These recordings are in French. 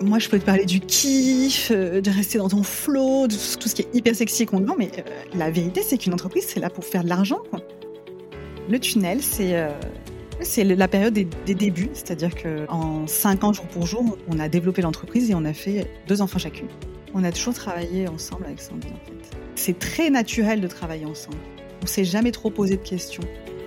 Moi, je peux te parler du kiff, de rester dans ton flow, de tout ce qui est hyper sexy et convaincant, mais la vérité, c'est qu'une entreprise, c'est là pour faire de l'argent, quoi. Le tunnel, c'est la période des débuts, c'est-à-dire qu'en 5 ans, jour pour jour, on a développé l'entreprise et on a fait 2 enfants chacune. On a toujours travaillé ensemble avec Sandy, en fait. C'est très naturel de travailler ensemble. On ne s'est jamais trop posé de questions.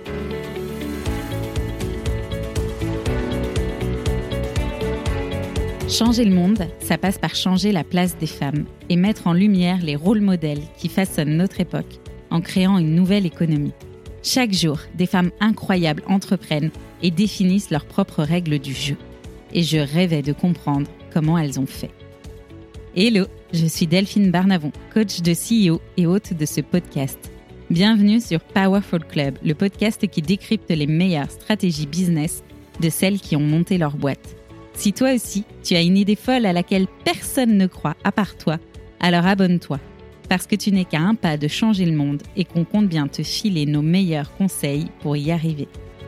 Changer le monde, ça passe par changer la place des femmes et mettre en lumière les rôles modèles qui façonnent notre époque en créant une nouvelle économie. Chaque jour, des femmes incroyables entreprennent et définissent leurs propres règles du jeu. Et je rêvais de comprendre comment elles ont fait. Hello, je suis Delphine Barnavon, coach de CEO et hôte de ce podcast. Bienvenue sur Powerful Club, le podcast qui décrypte les meilleures stratégies business de celles qui ont monté leur boîte. Si toi aussi, tu as une idée folle à laquelle personne ne croit à part toi, alors abonne-toi. Parce que tu n'es qu'à un pas de changer le monde et qu'on compte bien te filer nos meilleurs conseils pour y arriver.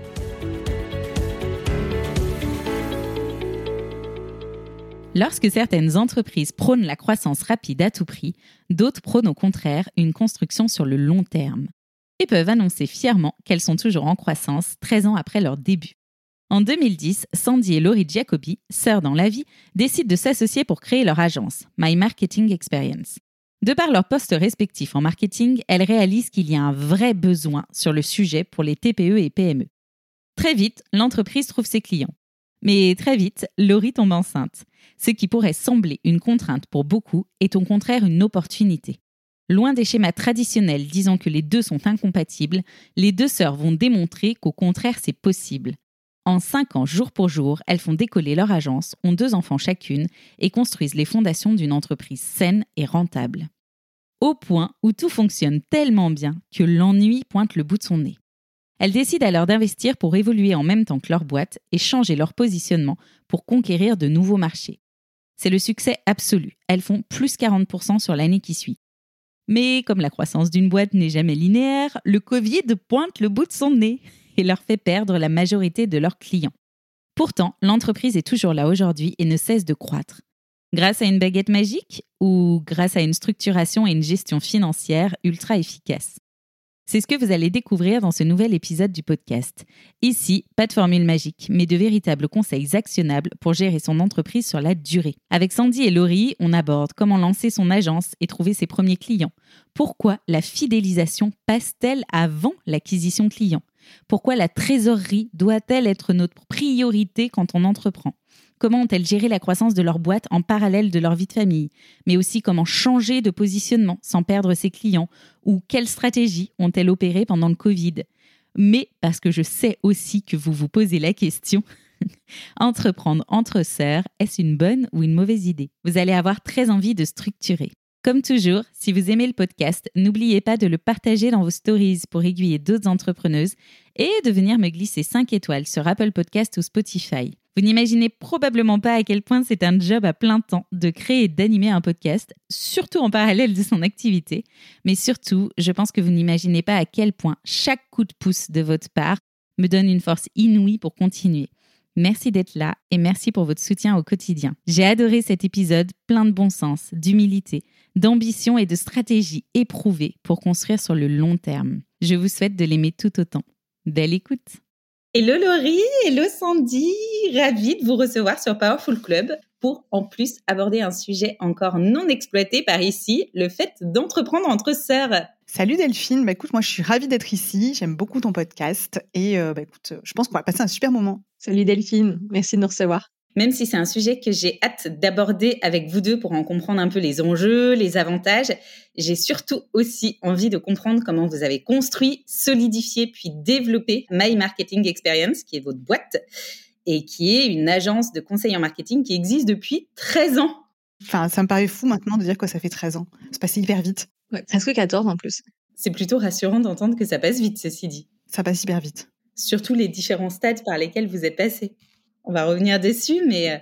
Lorsque certaines entreprises prônent la croissance rapide à tout prix, d'autres prônent au contraire une construction sur le long terme et peuvent annoncer fièrement qu'elles sont toujours en croissance 13 ans après leur début. En 2010, Sandy et Laurie Giacobbi, sœurs dans la vie, décident de s'associer pour créer leur agence, My Marketing Experience. De par leurs postes respectifs en marketing, elles réalisent qu'il y a un vrai besoin sur le sujet pour les TPE et PME. Très vite, l'entreprise trouve ses clients. Mais très vite, Laurie tombe enceinte. Ce qui pourrait sembler une contrainte pour beaucoup est au contraire une opportunité. Loin des schémas traditionnels disant que les deux sont incompatibles, les deux sœurs vont démontrer qu'au contraire c'est possible. En 5 ans, jour pour jour, elles font décoller leur agence, ont 2 enfants chacune et construisent les fondations d'une entreprise saine et rentable. Au point où tout fonctionne tellement bien que l'ennui pointe le bout de son nez. Elles décident alors d'investir pour évoluer en même temps que leur boîte et changer leur positionnement pour conquérir de nouveaux marchés. C'est le succès absolu. Elles font plus 40% sur l'année qui suit. Mais comme la croissance d'une boîte n'est jamais linéaire, le Covid pointe le bout de son nez et leur fait perdre la majorité de leurs clients. Pourtant, l'entreprise est toujours là aujourd'hui et ne cesse de croître. Grâce à une baguette magique ou grâce à une structuration et une gestion financière ultra efficaces? C'est ce que vous allez découvrir dans ce nouvel épisode du podcast. Ici, pas de formule magique, mais de véritables conseils actionnables pour gérer son entreprise sur la durée. Avec Sandy et Laurie, on aborde comment lancer son agence et trouver ses premiers clients. Pourquoi la fidélisation passe-t-elle avant l'acquisition client? Pourquoi la trésorerie doit-elle être notre priorité quand on entreprend? Comment ont-elles géré la croissance de leur boîte en parallèle de leur vie de famille? Mais aussi comment changer de positionnement sans perdre ses clients? Ou quelles stratégies ont-elles opérées pendant le Covid? Mais parce que je sais aussi que vous vous posez la question, entreprendre entre sœurs, est-ce une bonne ou une mauvaise idée? Vous allez avoir très envie de structurer. Comme toujours, si vous aimez le podcast, n'oubliez pas de le partager dans vos stories pour aiguiller d'autres entrepreneuses et de venir me glisser 5 étoiles sur Apple Podcast ou Spotify. Vous n'imaginez probablement pas à quel point c'est un job à plein temps de créer et d'animer un podcast, surtout en parallèle de son activité. Mais surtout, je pense que vous n'imaginez pas à quel point chaque coup de pouce de votre part me donne une force inouïe pour continuer. Merci d'être là et merci pour votre soutien au quotidien. J'ai adoré cet épisode plein de bon sens, d'humilité, d'ambition et de stratégie éprouvée pour construire sur le long terme. Je vous souhaite de l'aimer tout autant. Belle écoute! Hello Laurie, hello Sandy, ravie de vous recevoir sur Powerful Club pour en plus aborder un sujet encore non exploité par ici, le fait d'entreprendre entre sœurs. Salut Delphine, écoute, moi je suis ravie d'être ici, j'aime beaucoup ton podcast et écoute, je pense qu'on va passer un super moment. Salut Delphine, merci de nous recevoir. Même si c'est un sujet que j'ai hâte d'aborder avec vous deux pour en comprendre un peu les enjeux, les avantages, j'ai surtout aussi envie de comprendre comment vous avez construit, solidifié puis développé My Marketing Experience, qui est votre boîte et qui est une agence de conseil en marketing qui existe depuis 13 ans. Enfin, ça me paraît fou maintenant de dire que ça fait 13 ans. C'est passé hyper vite. Ouais, presque 14 en plus. C'est plutôt rassurant d'entendre que ça passe vite, ceci dit. Ça passe hyper vite. Surtout les différents stades par lesquels vous êtes passés. On va revenir dessus, mais...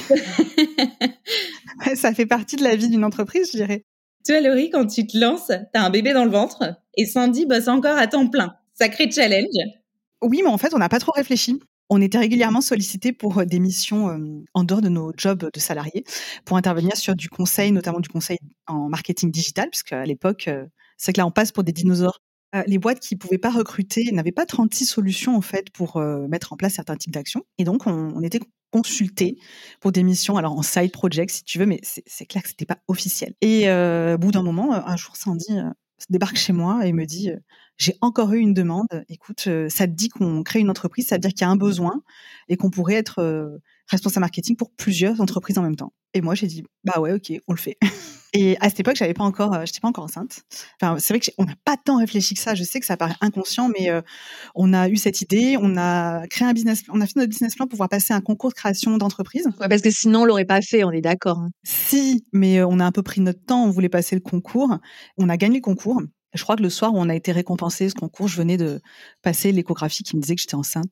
Ça fait partie de la vie d'une entreprise, je dirais. Toi, Laurie, quand tu te lances, t'as un bébé dans le ventre et Sandy bosse encore à temps plein. Sacré challenge. Oui, mais en fait, on n'a pas trop réfléchi. On était régulièrement sollicités pour des missions en dehors de nos jobs de salariés, pour intervenir sur du conseil, notamment du conseil en marketing digital, puisqu'à l'époque, c'est que là, on passe pour des dinosaures. Les boîtes qui pouvaient pas recruter n'avaient pas 36 solutions en fait pour mettre en place certains types d'actions. Et donc, on était consultés pour des missions, alors en side project si tu veux, mais c'est clair que c'était pas officiel. Et au bout d'un moment, un jour, Sandy débarque chez moi et me dit j'ai encore eu une demande. Écoute, ça te dit qu'on crée une entreprise, ça veut dire qu'il y a un besoin et qu'on pourrait être responsable marketing pour plusieurs entreprises en même temps. Et moi, j'ai dit bah ouais, ok, on le fait. Et à cette époque, j'étais pas encore enceinte. Enfin, c'est vrai qu'on n'a pas tant réfléchi que ça. Je sais que ça paraît inconscient, mais on a eu cette idée, on a créé un business, on a fait notre business plan pour pouvoir passer un concours de création d'entreprise. Ouais, parce que sinon, on l'aurait pas fait, on est d'accord. Si, mais on a un peu pris notre temps. On voulait passer le concours. On a gagné le concours. Je crois que le soir où on a été récompensé ce concours, je venais de passer l'échographie qui me disait que j'étais enceinte.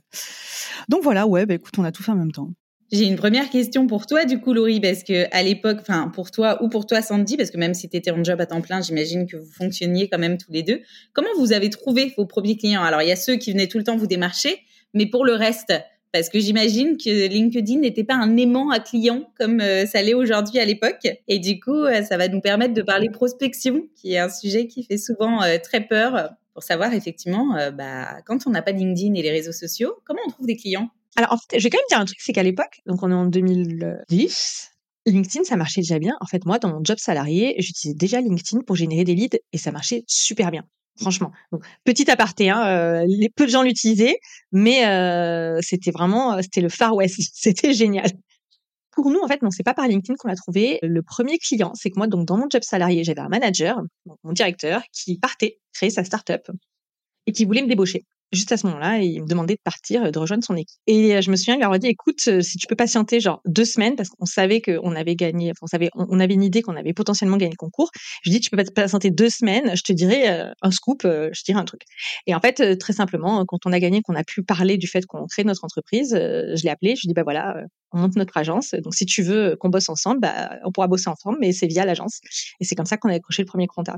Donc voilà, ouais, bah écoute, on a tout fait en même temps. J'ai une première question pour toi, du coup, Laurie, parce que à l'époque, enfin, pour toi ou pour toi, Sandy, parce que même si tu étais en job à temps plein, j'imagine que vous fonctionniez quand même tous les deux. Comment vous avez trouvé vos premiers clients? Alors, il y a ceux qui venaient tout le temps vous démarcher, mais pour le reste, parce que j'imagine que LinkedIn n'était pas un aimant à clients comme ça l'est aujourd'hui à l'époque. Et du coup, ça va nous permettre de parler prospection, qui est un sujet qui fait souvent très peur, pour savoir effectivement, quand on n'a pas LinkedIn et les réseaux sociaux, comment on trouve des clients? Alors, en fait, je vais quand même dire un truc, c'est qu'à l'époque, donc on est en 2010, LinkedIn, ça marchait déjà bien. En fait, moi, dans mon job salarié, j'utilisais déjà LinkedIn pour générer des leads et ça marchait super bien. Franchement. Donc, petit aparté, les peu de gens l'utilisaient, mais c'était vraiment, c'était le Far West. C'était génial. Pour nous, en fait, non, c'est pas par LinkedIn qu'on l'a trouvé. Le premier client, c'est que moi, donc dans mon job salarié, j'avais un manager, donc mon directeur, qui partait créer sa startup et qui voulait me débaucher. Juste à ce moment-là, il me demandait de partir, de rejoindre son équipe. Et je me souviens, il leur a dit, écoute, si tu peux patienter genre 2 semaines, parce qu'on savait qu'on avait gagné, enfin, on avait une idée qu'on avait potentiellement gagné le concours. Je lui dis, tu peux patienter 2 semaines, je te dirai un scoop, je te dirai un truc. Et en fait, très simplement, quand on a gagné, qu'on a pu parler du fait qu'on crée notre entreprise, je l'ai appelé, je lui dis, bah voilà, on monte notre agence. Donc si tu veux qu'on bosse ensemble, bah on pourra bosser ensemble, mais c'est via l'agence. Et c'est comme ça qu'on a accroché le premier contrat.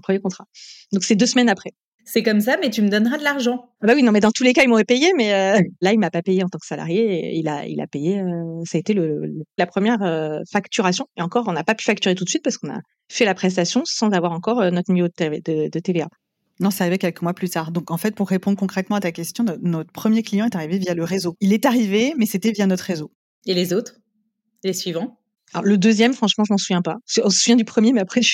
Donc c'est 2 semaines après. C'est comme ça, mais tu me donneras de l'argent. Ah bah oui, non, mais dans tous les cas, il m'aurait payé, mais là, il m'a pas payé en tant que salarié. Et il a payé. Ça a été la première facturation. Et encore, on n'a pas pu facturer tout de suite parce qu'on a fait la prestation sans avoir encore notre niveau de TVA. Non, c'est arrivé quelques mois plus tard. Donc, en fait, pour répondre concrètement à ta question, notre premier client est arrivé via le réseau. Il est arrivé, mais c'était via notre réseau. Et les autres? Les suivants? Alors, le deuxième, franchement, je m'en souviens pas. On se souvient du premier, mais après,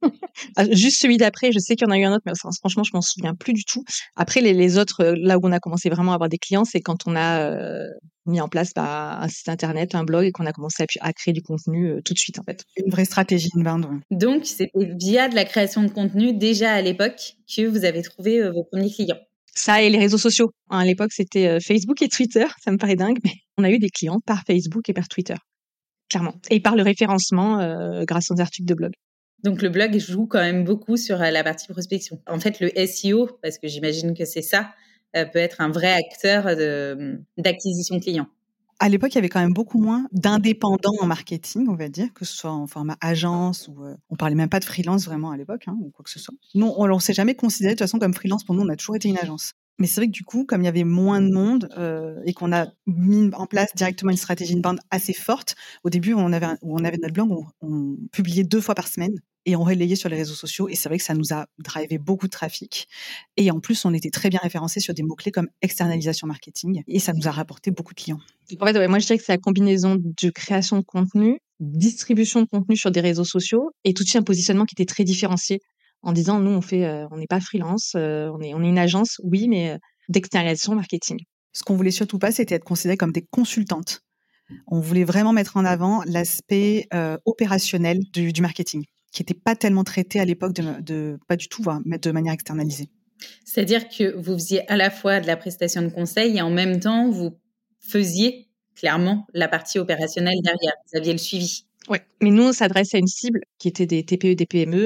juste celui d'après, je sais qu'il y en a eu un autre, mais franchement, je m'en souviens plus du tout. Après, les autres, là où on a commencé vraiment à avoir des clients, c'est quand on a mis en place un site internet, un blog, et qu'on a commencé à créer du contenu tout de suite, en fait. Une vraie stratégie inbound. Ouais. Donc, c'était via de la création de contenu déjà à l'époque que vous avez trouvé vos premiers clients. Ça et les réseaux sociaux. À l'époque, c'était Facebook et Twitter. Ça me paraît dingue, mais on a eu des clients par Facebook et par Twitter. Clairement. Et par le référencement grâce aux articles de blog. Donc, le blog joue quand même beaucoup sur la partie prospection. En fait, le SEO, parce que j'imagine que c'est ça, peut être un vrai acteur d'acquisition client. À l'époque, il y avait quand même beaucoup moins d'indépendants en marketing, on va dire, que ce soit en format agence ou on parlait même pas de freelance vraiment à l'époque, ou quoi que ce soit. Nous, on s'est jamais considéré de toute façon comme freelance. Pour nous, on a toujours été une agence. Mais c'est vrai que du coup, comme il y avait moins de monde et qu'on a mis en place directement une stratégie inbound assez forte, au début, on avait notre blog, on publiait 2 fois par semaine et on relayait sur les réseaux sociaux. Et c'est vrai que ça nous a drivé beaucoup de trafic. Et en plus, on était très bien référencés sur des mots-clés comme externalisation marketing. Et ça nous a rapporté beaucoup de clients. En fait, ouais, moi, je dirais que c'est la combinaison de création de contenu, distribution de contenu sur des réseaux sociaux et tout de suite un positionnement qui était très différencié en disant, nous, on n'est pas freelance, on est une agence, oui, mais d'externalisation marketing. Ce qu'on voulait surtout pas, c'était être considérés comme des consultantes. On voulait vraiment mettre en avant l'aspect opérationnel du marketing, qui n'était pas tellement traité à l'époque pas du tout, mais de manière externalisée. C'est-à-dire que vous faisiez à la fois de la prestation de conseil et en même temps, vous faisiez clairement la partie opérationnelle derrière. Vous aviez le suivi. Ouais, mais nous, on s'adresse à une cible qui était des TPE, des PME,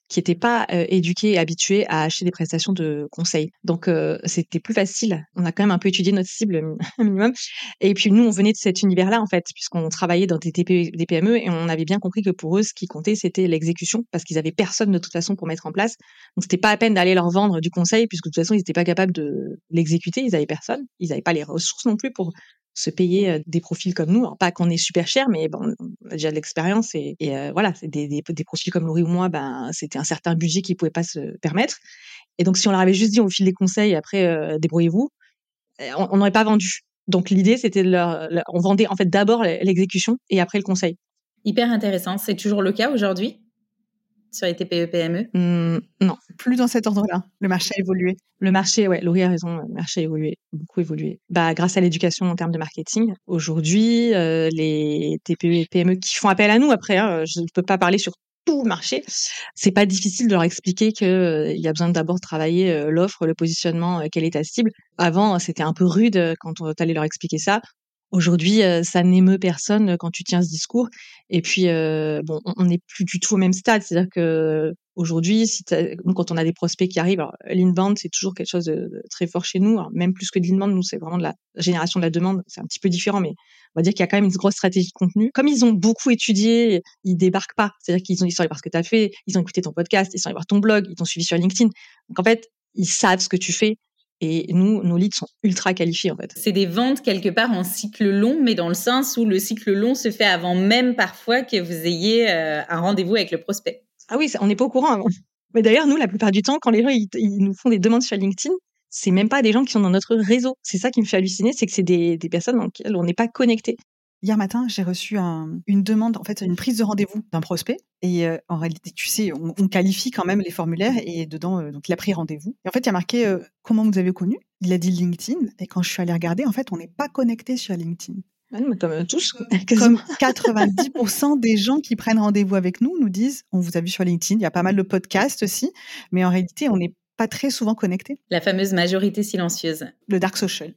qui n'étaient pas éduqués et habitués à acheter des prestations de conseil. Donc, c'était plus facile. On a quand même un peu étudié notre cible un minimum. Et puis, nous, on venait de cet univers-là, en fait, puisqu'on travaillait dans des TPE, des PME, et on avait bien compris que pour eux, ce qui comptait, c'était l'exécution, parce qu'ils avaient personne de toute façon pour mettre en place. Donc, c'était pas à peine d'aller leur vendre du conseil, puisque de toute façon, ils n'étaient pas capables de l'exécuter. Ils avaient personne. Ils n'avaient pas les ressources non plus pour se payer des profils comme nous. Alors, pas qu'on est super cher, mais bon, on a déjà de l'expérience et voilà, c'est des profils comme Laurie ou moi, ben, c'était un certain budget qu'ils pouvaient pas se permettre. Et donc, si on leur avait juste dit, on file des conseils, après, débrouillez-vous, on n'aurait pas vendu. Donc, l'idée, c'était on vendait en fait d'abord l'exécution et après le conseil. Hyper intéressant. C'est toujours le cas aujourd'hui sur les TPE-PME? Non. Plus dans cet ordre-là. Le marché a évolué. Le marché, ouais, Laurie a raison, le marché a évolué, beaucoup évolué. Bah, grâce à l'éducation en termes de marketing. Aujourd'hui, les TPE et PME qui font appel à nous, après, je ne peux pas parler sur tout le marché. C'est pas difficile de leur expliquer que il y a besoin d'abord travailler l'offre, le positionnement, quelle est ta cible. Avant, c'était un peu rude quand tu allais leur expliquer ça. Aujourd'hui, ça n'émeut personne quand tu tiens ce discours. Et puis, bon, on n'est plus du tout au même stade. C'est-à-dire que aujourd'hui, nous, quand on a des prospects qui arrivent, alors, l'inbound, c'est toujours quelque chose de très fort chez nous. Alors, même plus que de l'inbound, nous, c'est vraiment de la génération de la demande. C'est un petit peu différent, mais on va dire qu'il y a quand même une grosse stratégie de contenu. Comme ils ont beaucoup étudié, ils débarquent pas. C'est-à-dire ils sont allés voir ce que tu as fait, ils ont écouté ton podcast, ils sont allés voir ton blog, ils t'ont suivi sur LinkedIn. Donc, en fait, ils savent ce que tu fais. Et nous, nos leads sont ultra qualifiés, en fait. C'est des ventes quelque part en cycle long, mais dans le sens où le cycle long se fait avant même parfois que vous ayez un rendez-vous avec le prospect. Ah oui, on n'est pas au courant avant. Mais d'ailleurs, nous, la plupart du temps, quand les gens ils nous font des demandes sur LinkedIn, c'est même pas des gens qui sont dans notre réseau. C'est ça qui me fait halluciner, c'est que c'est des personnes dans lesquelles on n'est pas connecté. Hier matin, j'ai reçu une demande, en fait, une prise de rendez-vous d'un prospect. Et en réalité, tu sais, on qualifie quand même les formulaires et dedans, donc il a pris rendez-vous. Et en fait, il y a marqué comment vous avez connu. Il a dit LinkedIn. Et quand je suis allée regarder, en fait, on n'est pas connecté sur LinkedIn. Comme tous. Comme 90% des gens qui prennent rendez-vous avec nous nous disent, on vous a vu sur LinkedIn. Il y a pas mal de podcasts aussi, mais en réalité, on n'est pas très souvent connecté. La fameuse majorité silencieuse. Le dark social.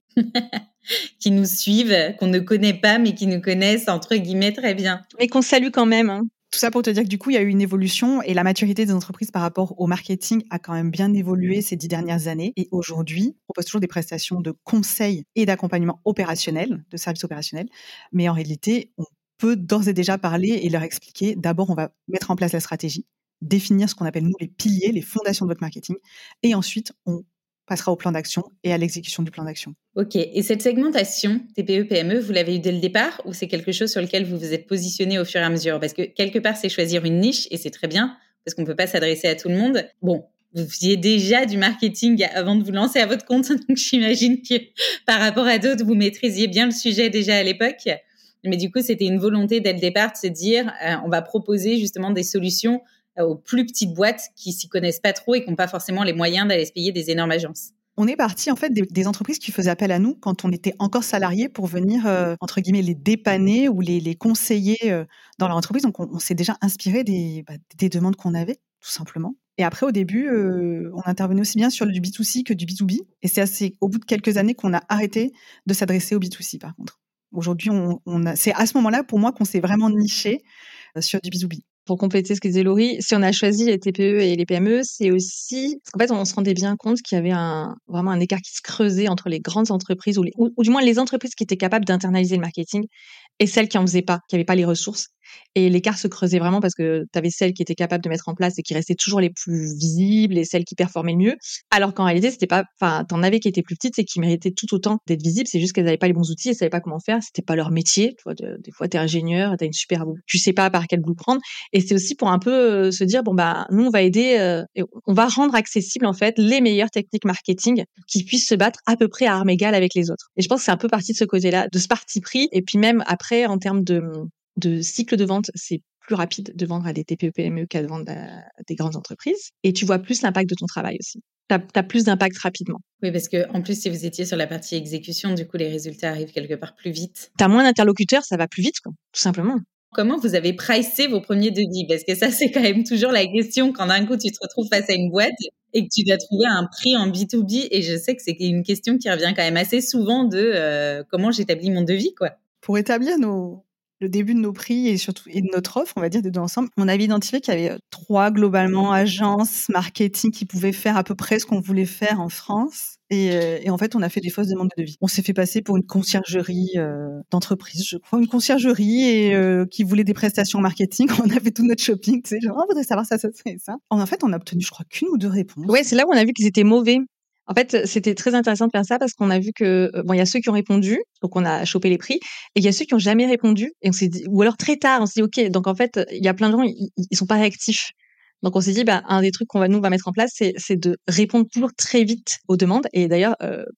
Qui nous suivent, qu'on ne connaît pas, mais qui nous connaissent, entre guillemets, très bien. Mais qu'on salue quand même. Hein. Tout ça pour te dire que du coup, il y a eu une évolution et la maturité des entreprises par rapport au marketing a quand même bien évolué ces 10 dernières années. Et aujourd'hui, on propose toujours des prestations de conseil et d'accompagnement opérationnel, de services opérationnels. Mais en réalité, on peut d'ores et déjà parler et leur expliquer. D'abord, on va mettre en place la stratégie, définir ce qu'on appelle, nous, les piliers, les fondations de votre marketing. Et ensuite, on passera au plan d'action et à l'exécution du plan d'action. Ok. Et cette segmentation TPE-PME, vous l'avez eu dès le départ ou c'est quelque chose sur lequel vous vous êtes positionné au fur et à mesure? Parce que quelque part, c'est choisir une niche et c'est très bien parce qu'on ne peut pas s'adresser à tout le monde. Bon, vous faisiez déjà du marketing avant de vous lancer à votre compte, donc j'imagine que par rapport à d'autres, vous maîtrisiez bien le sujet déjà à l'époque. Mais du coup, c'était une volonté dès le départ de se dire, on va proposer justement des solutions aux plus petites boîtes qui s'y connaissent pas trop et qui n'ont pas forcément les moyens d'aller se payer des énormes agences. On est parti en fait des entreprises qui faisaient appel à nous quand on était encore salariés pour venir entre guillemets les dépanner ou les conseiller dans leur entreprise. Donc on s'est déjà inspiré des demandes qu'on avait tout simplement. Et après au début on intervenait aussi bien sur du B2C que du B2B. Et c'est au bout de quelques années qu'on a arrêté de s'adresser au B2C par contre. Aujourd'hui c'est à ce moment-là pour moi qu'on s'est vraiment niché sur du B2B. Pour compléter ce que disait Laurie, si on a choisi les TPE et les PME, c'est aussi parce qu'en fait, on se rendait bien compte qu'il y avait vraiment un écart qui se creusait entre les grandes entreprises ou du moins les entreprises qui étaient capables d'internaliser le marketing et celles qui en faisaient pas, qui n'avaient pas les ressources. Et l'écart se creusait vraiment parce que tu avais celles qui étaient capables de mettre en place et qui restaient toujours les plus visibles et celles qui performaient le mieux. Alors qu'en réalité, c'était pas, enfin, t'en avais qui étaient plus petites et qui méritaient tout autant d'être visibles. C'est juste qu'elles n'avaient pas les bons outils, elles savaient pas comment faire. C'était pas leur métier. Tu vois, des fois, t'es ingénieur, t'as une super, tu sais pas par quel bout prendre. Et c'est aussi pour un peu se dire, bon, bah, nous, on va aider, et on va rendre accessible, en fait, les meilleures techniques marketing qui puissent se battre à peu près à armes égales avec les autres. Et je pense que c'est un peu parti de ce côté-là, de ce parti pris. Et puis même après, en termes de cycle de vente, c'est plus rapide de vendre à des TPE-PME qu'à de vendre à des grandes entreprises. Et tu vois plus l'impact de ton travail aussi. T'as plus d'impact rapidement. Oui, parce que en plus, si vous étiez sur la partie exécution, du coup, les résultats arrivent quelque part plus vite. T'as moins d'interlocuteurs, ça va plus vite, quoi, tout simplement. Comment vous avez pricé vos premiers devis? Parce que ça, c'est quand même toujours la question quand d'un coup, tu te retrouves face à une boîte et que tu dois trouver un prix en B2B. Et je sais que c'est une question qui revient quand même assez souvent de comment j'établis mon devis, quoi. Pour établir nos le début de nos prix et surtout et de notre offre, on va dire, des deux ensemble, on avait identifié qu'il y avait 3 globalement agences marketing qui pouvaient faire à peu près ce qu'on voulait faire en France. Et en fait, on a fait des fausses demandes de devis. On s'est fait passer pour une conciergerie d'entreprise, je crois, une conciergerie et qui voulait des prestations marketing. On a fait tout notre shopping, tu sais, genre, on voudrait savoir ça et ça. En fait, on a obtenu, je crois, qu'une ou 2 réponses. Ouais, c'est là où on a vu qu'ils étaient mauvais. En fait, c'était très intéressant de faire ça parce qu'on a vu que bon, il y a ceux qui ont répondu, donc on a chopé les prix, et il y a ceux qui ont jamais répondu, et on s'est dit, ou alors très tard, on s'est dit ok, donc en fait, il y a plein de gens, ils sont pas réactifs. Donc on s'est dit, bah un des trucs qu'on va mettre en place, c'est de répondre toujours très vite aux demandes. Et d'ailleurs,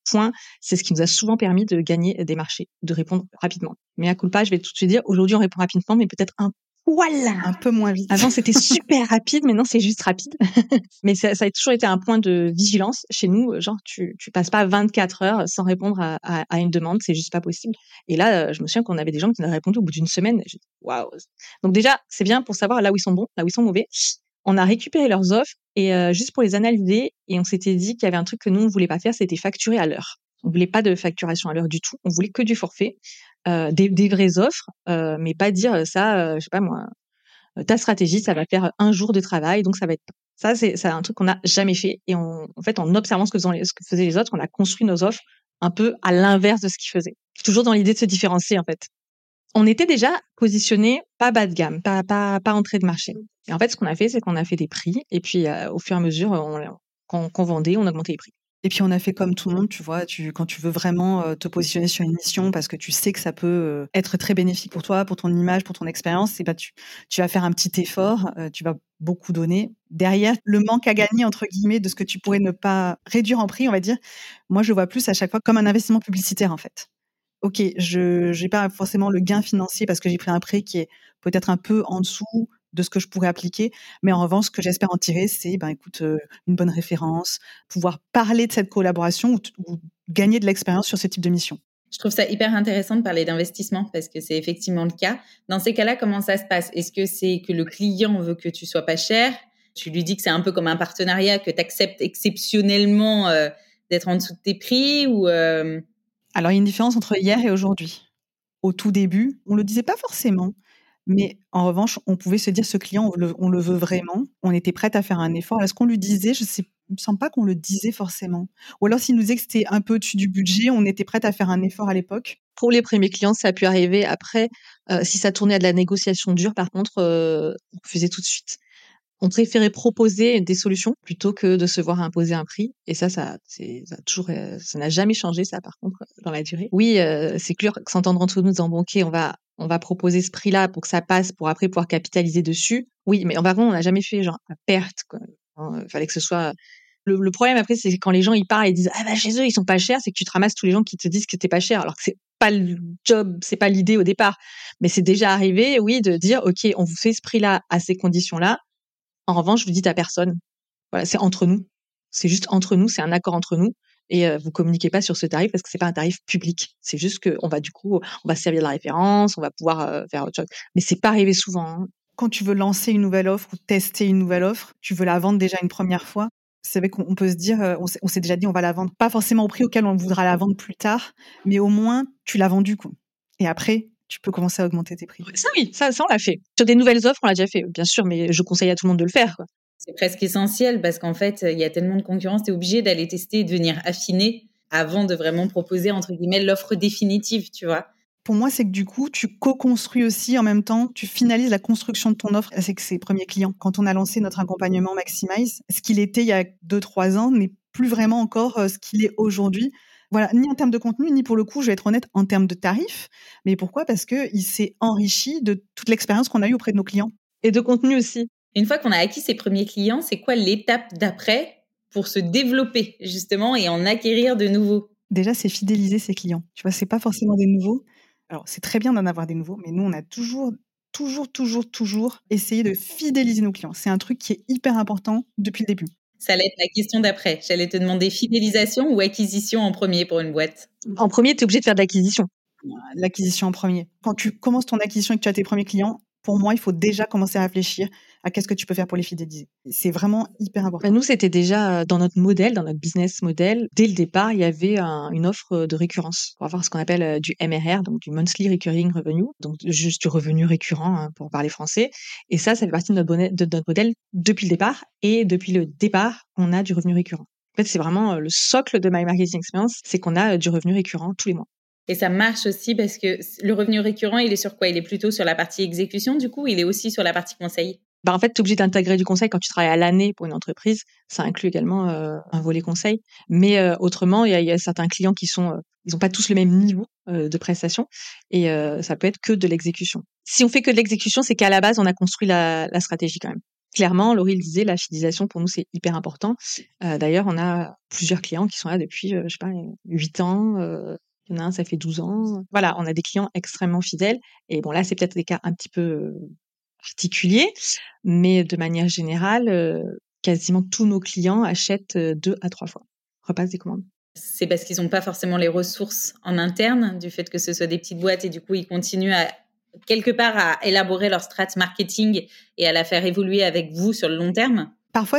c'est ce qui nous a souvent permis de gagner des marchés, de répondre rapidement. Mais à culpa, je vais tout de suite dire, aujourd'hui on répond rapidement, mais peut-être un peu moins vite. Avant, c'était super rapide, maintenant c'est juste rapide. Mais ça a toujours été un point de vigilance chez nous. Genre, tu passes pas 24 heures sans répondre à une demande, c'est juste pas possible. Et là, je me souviens qu'on avait des gens qui nous avaient répondu au bout d'une semaine. J'ai dit, waouh. Donc déjà, c'est bien pour savoir là où ils sont bons, là où ils sont mauvais. On a récupéré leurs offres et juste pour les analyser, et on s'était dit qu'il y avait un truc que nous on voulait pas faire, c'était facturer à l'heure. On voulait pas de facturation à l'heure du tout. On voulait que du forfait, des vraies offres, mais pas dire ça, je sais pas moi. Ta stratégie, ça va faire 1 jour de travail, donc ça va être ça, c'est un truc qu'on n'a jamais fait. Et en fait, en observant ce que faisaient les autres, on a construit nos offres un peu à l'inverse de ce qu'ils faisaient. Toujours dans l'idée de se différencier, en fait. On était déjà positionnés pas bas de gamme, pas entrée de marché. Et en fait, ce qu'on a fait, c'est qu'on a fait des prix, et puis au fur et à mesure, qu'on vendait, on augmentait les prix. Et puis on a fait comme tout le monde, tu vois, quand tu veux vraiment te positionner sur une mission parce que tu sais que ça peut être très bénéfique pour toi, pour ton image, pour ton expérience, et bah tu vas faire un petit effort, tu vas beaucoup donner. Derrière, le manque à gagner entre guillemets de ce que tu pourrais ne pas réduire en prix, on va dire. Moi, je le vois plus à chaque fois comme un investissement publicitaire en fait. Ok, je j'ai pas forcément le gain financier parce que j'ai pris un prêt qui est peut-être un peu en dessous de ce que je pourrais appliquer, mais en revanche, ce que j'espère en tirer, c'est, ben écoute, une bonne référence, pouvoir parler de cette collaboration ou gagner de l'expérience sur ce type de mission. Je trouve ça hyper intéressant de parler d'investissement parce que c'est effectivement le cas. Dans ces cas-là, comment ça se passe? Est-ce que c'est que le client veut que tu sois pas cher? Tu lui dis que c'est un peu comme un partenariat, que tu acceptes exceptionnellement d'être en dessous de tes prix ou Alors, il y a une différence entre hier et aujourd'hui. Au tout début, on le disait pas forcément, mais en revanche, on pouvait se dire ce client, on le veut vraiment. On était prête à faire un effort. Est-ce qu'on lui disait? Il me semble pas qu'on le disait forcément. Ou alors s'il nous disait que c'était un peu au-dessus du budget, on était prête à faire un effort à l'époque. Pour les premiers clients, ça a pu arriver. Après, si ça tournait à de la négociation dure, par contre, on faisait tout de suite. On préférait proposer des solutions plutôt que de se voir imposer un prix. Et ça n'a jamais changé, ça, par contre, dans la durée. Oui, c'est clair que s'entendre entre nous disant, bon, ok, on va proposer ce prix-là pour que ça passe, pour après pouvoir capitaliser dessus. Oui, mais par contre, on n'a jamais fait genre à perte, quoi. Fallait que ce soit. Le problème après, c'est quand les gens ils parlent et disent ah bah chez eux ils sont pas chers, c'est que tu te ramasses tous les gens qui te disent que t'es pas cher, alors que c'est pas le job, c'est pas l'idée au départ. Mais c'est déjà arrivé, oui, de dire ok, on vous fait ce prix-là à ces conditions-là. En revanche, vous dites à personne. Voilà, c'est entre nous. C'est juste entre nous, c'est un accord entre nous. Et vous communiquez pas sur ce tarif parce que c'est pas un tarif public. C'est juste que on va se servir de la référence, on va pouvoir faire autre chose. Mais c'est pas arrivé souvent. Hein. Quand tu veux lancer une nouvelle offre ou tester une nouvelle offre, tu veux la vendre déjà une première fois. C'est vrai qu'on peut se dire, on s'est déjà dit, on va la vendre pas forcément au prix auquel on voudra la vendre plus tard, mais au moins tu l'as vendue, quoi. Et après, tu peux commencer à augmenter tes prix. Ça oui, ça on l'a fait. Sur des nouvelles offres, on l'a déjà fait, bien sûr, mais je conseille à tout le monde de le faire, quoi. C'est presque essentiel parce qu'en fait, il y a tellement de concurrence, tu es obligé d'aller tester et de venir affiner avant de vraiment proposer, entre guillemets, l'offre définitive, tu vois. Pour moi, c'est que du coup, tu co-construis aussi en même temps, tu finalises la construction de ton offre avec ses premiers clients. Quand on a lancé notre accompagnement Maximize, ce qu'il était il y a 2-3 ans n'est plus vraiment encore ce qu'il est aujourd'hui. Voilà, ni en termes de contenu, ni pour le coup, je vais être honnête, en termes de tarifs. Mais pourquoi? Parce qu'il s'est enrichi de toute l'expérience qu'on a eue auprès de nos clients. Et de contenu aussi. Une fois qu'on a acquis ses premiers clients, c'est quoi l'étape d'après pour se développer justement et en acquérir de nouveaux? Déjà, c'est fidéliser ses clients. Tu vois, c'est pas forcément des nouveaux. Alors, c'est très bien d'en avoir des nouveaux, mais nous, on a toujours essayé de fidéliser nos clients. C'est un truc qui est hyper important depuis le début. Ça allait être la question d'après. J'allais te demander fidélisation ou acquisition en premier pour une boîte? En premier, tu es obligé de faire de l'acquisition. L'acquisition en premier. Quand tu commences ton acquisition et que tu as tes premiers clients, pour moi, il faut déjà commencer à réfléchir à qu'est-ce que tu peux faire pour les fidéliser. C'est vraiment hyper important. Nous, c'était déjà dans notre modèle, dans notre business model. Dès le départ, il y avait une offre de récurrence pour avoir ce qu'on appelle du MRR, donc du Monthly Recurring Revenue, donc juste du revenu récurrent pour parler français. Et ça fait partie de notre modèle depuis le départ. Et depuis le départ, on a du revenu récurrent. En fait, c'est vraiment le socle de My Marketing Experience, c'est qu'on a du revenu récurrent tous les mois. Et ça marche aussi parce que le revenu récurrent, il est sur quoi? Il est plutôt sur la partie exécution, du coup, il est aussi sur la partie conseil? En fait, tu es obligé d'intégrer du conseil quand tu travailles à l'année pour une entreprise. Ça inclut également un volet conseil. Mais autrement, il y a certains clients qui sont, ils n'ont pas tous le même niveau de prestation et ça peut être que de l'exécution. Si on fait que de l'exécution, c'est qu'à la base, on a construit la stratégie quand même. Clairement, Laurie le disait, la fidélisation pour nous c'est hyper important. D'ailleurs, on a plusieurs clients qui sont là depuis, 8 ans. Il y en a un, ça fait 12 ans. Voilà, on a des clients extrêmement fidèles. Et bon, là, c'est peut-être des cas un petit peu particuliers, mais de manière générale, quasiment tous nos clients achètent 2 à 3 fois, repassent des commandes. C'est parce qu'ils n'ont pas forcément les ressources en interne, du fait que ce soit des petites boîtes et du coup, ils continuent quelque part à élaborer leur strat marketing et à la faire évoluer avec vous sur le long terme? Parfois,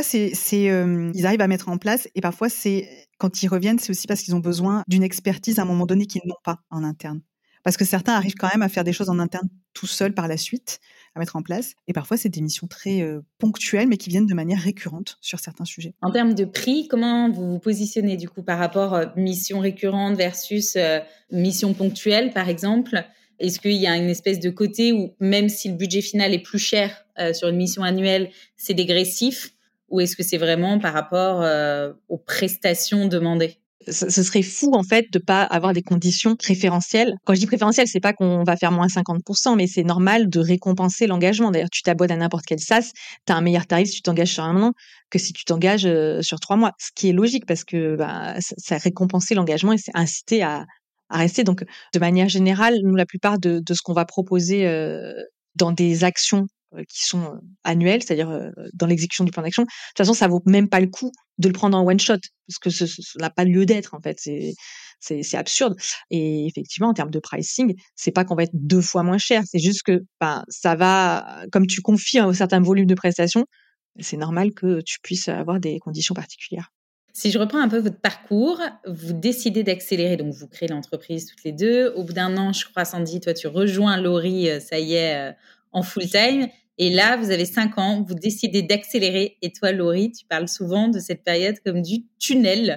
ils arrivent à mettre en place et parfois, quand ils reviennent, c'est aussi parce qu'ils ont besoin d'une expertise à un moment donné qu'ils n'ont pas en interne. Parce que certains arrivent quand même à faire des choses en interne tout seuls par la suite, à mettre en place. Et parfois, c'est des missions très ponctuelles, mais qui viennent de manière récurrente sur certains sujets. En termes de prix, comment vous vous positionnez du coup par rapport à mission récurrente versus mission ponctuelle, par exemple? Est-ce qu'il y a une espèce de côté où, même si le budget final est plus cher sur une mission annuelle, c'est dégressif? Ou est-ce que c'est vraiment par rapport aux prestations demandées? Ce serait fou, en fait, de pas avoir des conditions préférentielles. Quand je dis préférentielles, c'est pas qu'on va faire moins 50%, mais c'est normal de récompenser l'engagement. D'ailleurs, tu t'abonnes à n'importe quel SaaS, t'as un meilleur tarif si tu t'engages sur 1 an que si tu t'engages sur 3 mois. Ce qui est logique parce que, ça récompenser l'engagement et c'est inciter à rester. Donc, de manière générale, nous, la plupart de ce qu'on va proposer, dans des actions qui sont annuelles, c'est-à-dire dans l'exécution du plan d'action. De toute façon, ça vaut même pas le coup de le prendre en one shot parce que ça n'a pas lieu d'être en fait. C'est absurde. Et effectivement, en termes de pricing, c'est pas qu'on va être 2 fois moins cher. C'est juste que ça va, comme tu confies un certain volume de prestations, c'est normal que tu puisses avoir des conditions particulières. Si je reprends un peu votre parcours, vous décidez d'accélérer, donc vous créez l'entreprise toutes les deux. Au bout d'1 an, je crois, Sandy, toi tu rejoins Laurie, ça y est, en full time. Et là, vous avez 5 ans, vous décidez d'accélérer. Et toi, Laurie, tu parles souvent de cette période comme du tunnel.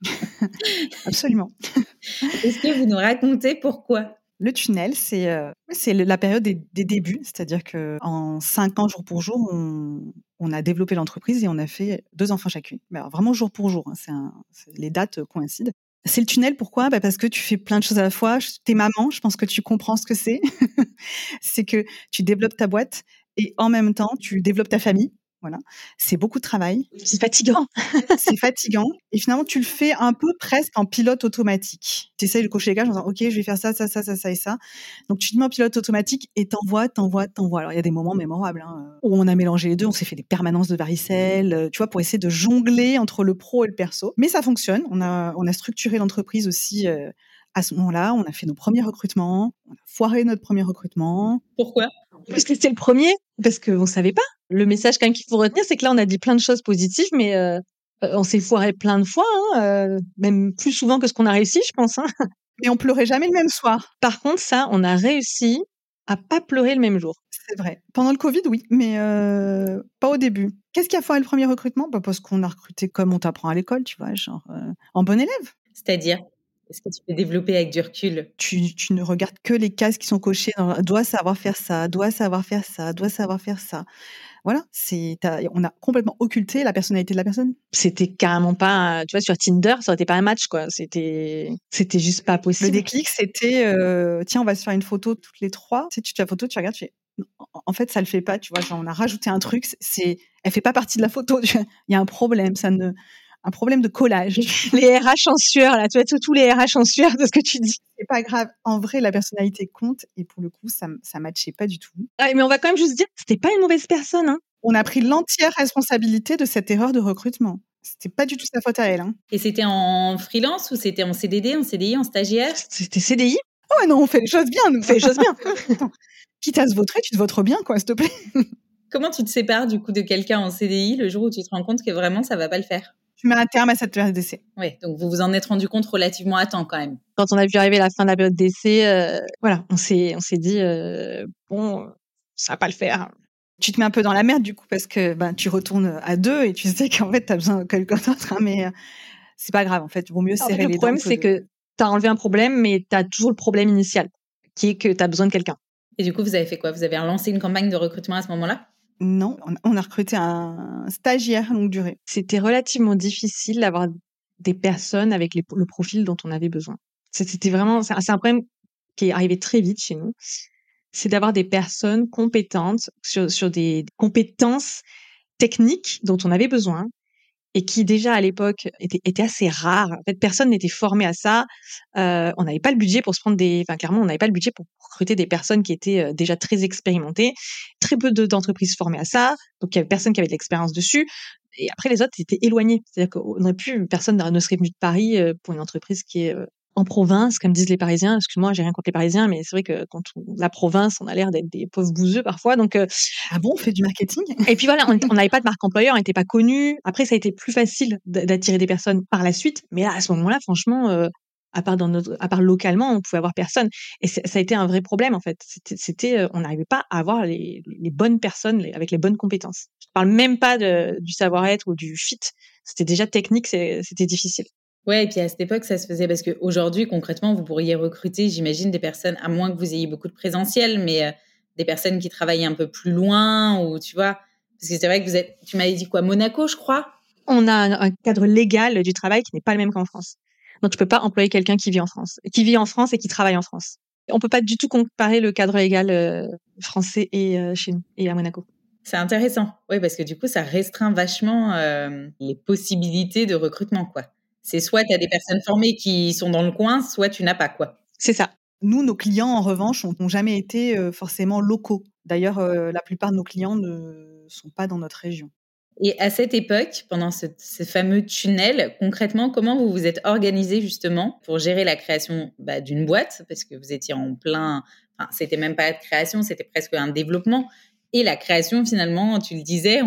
Absolument. Est-ce que vous nous racontez pourquoi? Le tunnel, c'est la période des débuts. C'est-à-dire qu'en 5 ans, jour pour jour, on a développé l'entreprise et on a fait 2 enfants chacune. Mais alors, vraiment jour pour jour. Les dates coïncident. C'est le tunnel, pourquoi? Parce que tu fais plein de choses à la fois. T'es maman, je pense que tu comprends ce que c'est. C'est que tu développes ta boîte et en même temps, tu développes ta famille. Voilà. C'est beaucoup de travail. C'est fatigant. C'est fatigant. Et finalement, tu le fais un peu presque en pilote automatique. Tu essayes de cocher les cases en disant, OK, je vais faire ça, ça, ça, ça, ça et ça. Donc, tu te mets en pilote automatique et t'envoies. Alors, il y a des moments mémorables, où on a mélangé les deux. On s'est fait des permanences de varicelle, tu vois, pour essayer de jongler entre le pro et le perso. Mais ça fonctionne. On a structuré l'entreprise aussi, à ce moment-là. On a fait nos premiers recrutements. On a foiré notre premier recrutement. Pourquoi? Parce que c'était le premier, parce qu'on savait pas. Le message quand même qu'il faut retenir, c'est que là, on a dit plein de choses positives, mais on s'est foiré plein de fois, même plus souvent que ce qu'on a réussi, je pense. Mais on pleurait jamais le même soir. Par contre, ça, on a réussi à pas pleurer le même jour. C'est vrai. Pendant le Covid, oui, mais pas au début. Qu'est-ce qui a foiré le premier recrutement? Parce qu'on a recruté comme on t'apprend à l'école, tu vois, genre en bon élève. C'est-à-dire? Est-ce que tu peux développer avec du recul? Tu ne regardes que les cases qui sont cochées. Doit savoir faire ça, doit savoir faire ça, doit savoir faire ça. Voilà, on a complètement occulté la personnalité de la personne. C'était carrément pas, tu vois, sur Tinder, ça aurait été pas un match, quoi. C'était juste pas possible. Le déclic, c'était, tiens, on va se faire une photo toutes les 3. Tu sais, tu fais la photo, tu regardes, tu fais, en fait, ça le fait pas, tu vois. Genre, on a rajouté un truc, elle fait pas partie de la photo. Il y a un problème, un problème de collage. Les RH en sueur, là, tu vois, tous les RH en sueur de ce que tu dis. C'est pas grave. En vrai, la personnalité compte et pour le coup, ça matchait pas du tout. Ah, mais on va quand même juste dire, c'était pas une mauvaise personne, hein. On a pris l'entière responsabilité de cette erreur de recrutement. C'était pas du tout sa faute à elle, hein. Et c'était en freelance ou c'était en CDD, en CDI, en stagiaire? C'était CDI. Oh ouais, non, on fait les choses bien, nous. On fait les choses bien. Attends, quitte à se vautrer, tu te vautres bien, quoi, s'il te plaît. Comment tu te sépares du coup de quelqu'un en CDI le jour où tu te rends compte que vraiment ça va pas le faire? Tu mets un terme à cette période d'essai. Oui, donc vous vous en êtes rendu compte relativement à temps quand même. Quand on a vu arriver la fin de la période d'essai, voilà, on s'est dit bon, ça va pas le faire. Tu te mets un peu dans la merde du coup parce que tu retournes à 2 et tu sais qu'en fait tu as besoin de quelqu'un d'autre, hein, mais c'est pas grave en fait, il vaut mieux En fait, serrer le les dents. problème, c'est que tu as enlevé un problème, mais tu as toujours le problème initial, qui est que tu as besoin de quelqu'un. Et du coup, vous avez fait quoi? Vous avez lancé une campagne de recrutement à ce moment-là? Non, on a recruté un stagiaire longue durée. C'était relativement difficile d'avoir des personnes avec le profil dont on avait besoin. C'était vraiment, c'est un problème qui est arrivé très vite chez nous. C'est d'avoir des personnes compétentes sur des compétences techniques dont on avait besoin et qui déjà à l'époque étaient assez rares. En fait, personne n'était formé à ça. On n'avait pas le budget pour se prendre clairement, on n'avait pas le budget pour recruter des personnes qui étaient déjà très expérimentées. Très peu d'entreprises formées à ça. Donc, il y avait personne qui avait de l'expérience dessus. Et après, les autres étaient éloignés. C'est-à-dire qu'on aurait pu, personne ne serait venu de Paris pour une entreprise qui est en province, comme disent les Parisiens. Excuse-moi, j'ai rien contre les Parisiens, mais c'est vrai que la province, on a l'air d'être des pauvres bouseux parfois. Donc, Ah bon, on fait du marketing? et puis voilà, on n'avait pas de marque employeur, on n'était pas connus. Après, ça a été plus facile d'attirer des personnes par la suite. Mais là, à ce moment-là, franchement, à part localement, on pouvait avoir personne. Et ça a été un vrai problème, en fait. On n'arrivait pas à avoir les bonnes personnes avec les bonnes compétences. Je parle même pas du savoir-être ou du fit. C'était déjà technique, c'était difficile. Ouais, et puis à cette époque, ça se faisait parce qu'aujourd'hui, concrètement, vous pourriez recruter, j'imagine, des personnes, à moins que vous ayez beaucoup de présentiel, mais des personnes qui travaillent un peu plus loin ou tu vois. Parce que c'est vrai que tu m'avais dit quoi, Monaco, je crois? On a un cadre légal du travail qui n'est pas le même qu'en France. Donc, je peux pas employer quelqu'un qui vit en France et qui travaille en France. On peut pas du tout comparer le cadre légal français et chez nous et à Monaco. C'est intéressant. Oui, parce que du coup, ça restreint vachement les possibilités de recrutement, quoi. C'est soit tu as des personnes formées qui sont dans le coin, soit tu n'as pas, quoi. C'est ça. Nous, nos clients, en revanche, n'ont jamais été forcément locaux. D'ailleurs, la plupart de nos clients ne sont pas dans notre région. Et à cette époque, pendant ce fameux tunnel, concrètement, comment vous vous êtes organisé justement pour gérer la création d'une boîte? Parce que vous étiez en plein... Enfin, c'était même pas de création, c'était presque un développement. Et la création, finalement, tu le disais,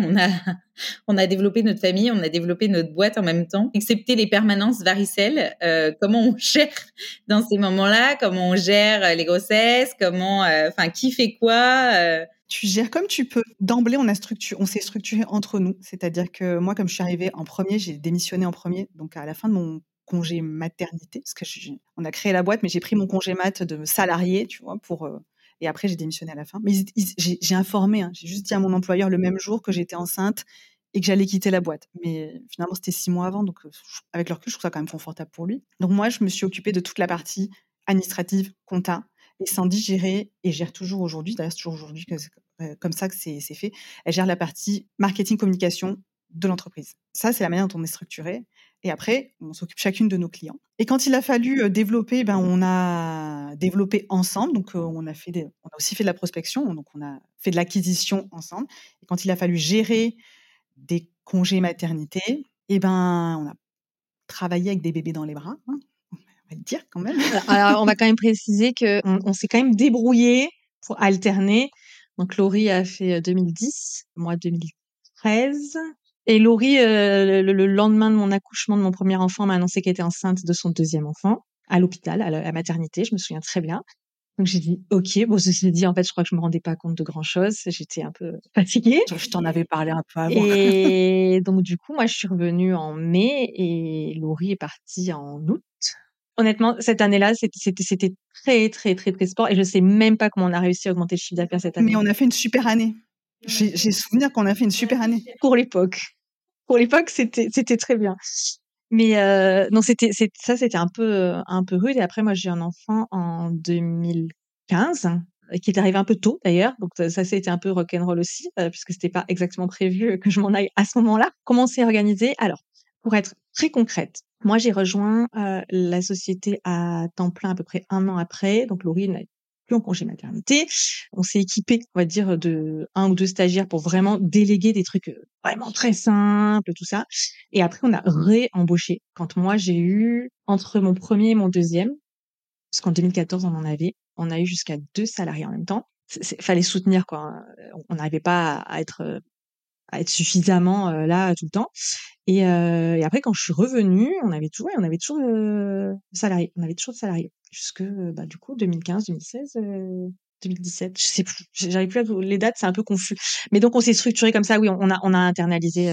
on a développé notre famille, on a développé notre boîte en même temps. Excepté les permanences varicelles, comment on gère dans ces moments-là? Comment on gère les grossesses? Qui fait quoi? Tu gères comme tu peux. D'emblée, on s'est structuré entre nous. C'est-à-dire que moi, comme je suis arrivée en premier, j'ai démissionné en premier. Donc, à la fin de mon congé maternité, parce que on a créé la boîte, mais j'ai pris mon congé mat de salarié, tu vois, et après, j'ai démissionné à la fin. Mais j'ai informé, hein, j'ai juste dit à mon employeur le même jour que j'étais enceinte et que j'allais quitter la boîte. Mais finalement, c'était 6 mois avant. Donc, avec le recul, je trouve ça quand même confortable pour lui. Donc, moi, je me suis occupée de toute la partie administrative, compta. Et Sandy gérait, et gère toujours aujourd'hui, d'ailleurs c'est toujours aujourd'hui comme ça que c'est fait, elle gère la partie marketing communication de l'entreprise. Ça, c'est la manière dont on est structuré. Et après, on s'occupe chacune de nos clients. Et quand il a fallu développer, on a développé ensemble. Donc, on a aussi fait de la prospection, donc on a fait de l'acquisition ensemble. Et quand il a fallu gérer des congés maternité, on a travaillé avec des bébés dans les bras, hein, on va le dire quand même. Alors, on va quand même préciser qu'on s'est quand même débrouillé pour alterner. Donc, Laurie a fait 2010, moi 2013. Et Laurie, le lendemain de mon accouchement de mon premier enfant, m'a annoncé qu'elle était enceinte de son deuxième enfant à l'hôpital, à la maternité. Je me souviens très bien. Donc, j'ai dit, OK. Bon, ceci dit, en fait, je crois que je me rendais pas compte de grand chose. J'étais un peu fatiguée. Je t'en avais parlé un peu avant. Et donc, du coup, moi, je suis revenue en mai et Laurie est partie en août. Honnêtement, cette année-là, c'était très, très, très, très sport et je sais même pas comment on a réussi à augmenter le chiffre d'affaires cette année. Mais on a fait une super année. J'ai souvenir qu'on a fait une super année. Pour l'époque. Pour l'époque, c'était très bien. Mais non, c'était un peu rude. Et après, moi, j'ai eu un enfant en 2015 qui est arrivé un peu tôt d'ailleurs. Donc ça, c'était un peu rock'n'roll aussi puisque c'était pas exactement prévu que je m'en aille à ce moment-là. Comment c'est organisé? Alors, pour être très concrète, moi, j'ai rejoint la société à temps plein à peu près 1 an après. Donc, Laurie n'a plus en congé maternité. On s'est équipé, on va dire, de 1 ou 2 stagiaires pour vraiment déléguer des trucs vraiment très simples, tout ça. Et après, on a réembauché. Quand moi, j'ai eu, entre mon premier et mon deuxième, parce qu'en 2014, on a eu jusqu'à 2 salariés en même temps. fallait soutenir, quoi. On n'arrivait pas à être suffisamment là tout le temps. Et après, quand je suis revenue, on avait toujours salariés. On avait toujours de salariés jusque du coup 2015, 2016, 2017. Je sais plus. J'arrive plus les dates, c'est un peu confus. Mais donc on s'est structuré comme ça. Oui, on a internalisé.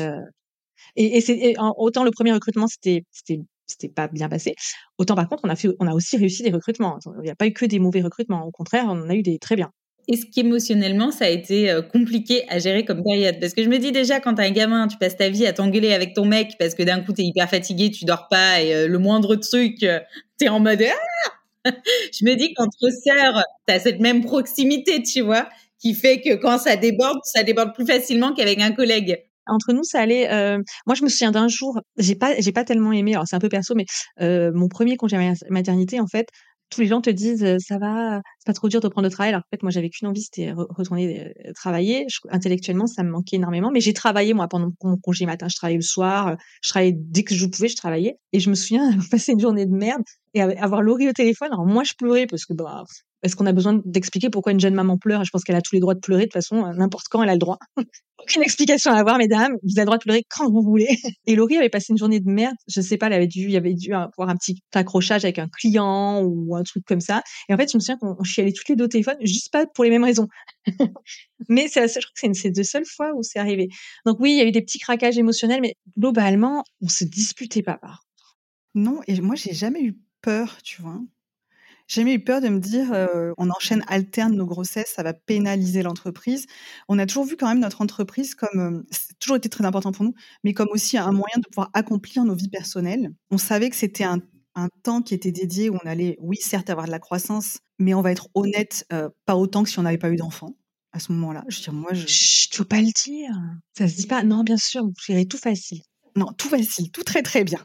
Autant le premier recrutement c'était pas bien passé. Autant par contre on a aussi réussi des recrutements. Il n'y a pas eu que des mauvais recrutements. Au contraire, on en a eu des très bien. Est-ce qu'émotionnellement, ça a été compliqué à gérer comme période? Parce que je me dis déjà, quand t'es un gamin, tu passes ta vie à t'engueuler avec ton mec parce que d'un coup, t'es hyper fatigué, tu dors pas et le moindre truc, t'es en mode ah. Je me dis qu'entre sœurs, t'as cette même proximité, tu vois, qui fait que quand ça déborde plus facilement qu'avec un collègue. Entre nous, ça allait. Moi, je me souviens d'un jour, j'ai pas tellement aimé. Alors, c'est un peu perso, mais mon premier congé maternité, en fait, tous les gens te disent ça va, c'est pas trop dur de prendre le travail. Alors, en fait, moi, j'avais qu'une envie, c'était retourner travailler. Intellectuellement, ça me manquait énormément, mais j'ai travaillé moi pendant mon congé matin. Je travaillais le soir, je travaillais dès que je pouvais, je travaillais. Et je me souviens avoir passé une journée de merde et avoir Laurie au téléphone. Alors moi, je pleurais parce que est-ce qu'on a besoin d'expliquer pourquoi une jeune maman pleure? Je pense qu'elle a tous les droits de pleurer. De toute façon, n'importe quand, elle a le droit. Aucune explication à avoir, mesdames. Vous avez le droit de pleurer quand vous voulez. Et Laurie avait passé une journée de merde. Je sais pas, il y avait dû avoir un petit accrochage avec un client ou un truc comme ça. Et en fait, je me souviens qu'on chialait toutes les deux au téléphone, juste pas pour les mêmes raisons. Mais je crois que c'est une de ces deux seules fois où c'est arrivé. Donc oui, il y a eu des petits craquages émotionnels, mais globalement, on se disputait pas. Non, et moi, j'ai jamais eu peur, tu vois. J'ai jamais eu peur de me dire, on enchaîne, alterne nos grossesses, ça va pénaliser l'entreprise. On a toujours vu quand même notre entreprise comme, c'est toujours été très important pour nous, mais comme aussi un moyen de pouvoir accomplir nos vies personnelles. On savait que c'était un temps qui était dédié où on allait, oui, certes, avoir de la croissance, mais on va être honnête, pas autant que si on n'avait pas eu d'enfants à ce moment-là. Je veux dire, moi, Chut, faut pas le dire. Ça se dit pas. Non, bien sûr, vous gérez tout facile. non, tout facile, tout très, très bien.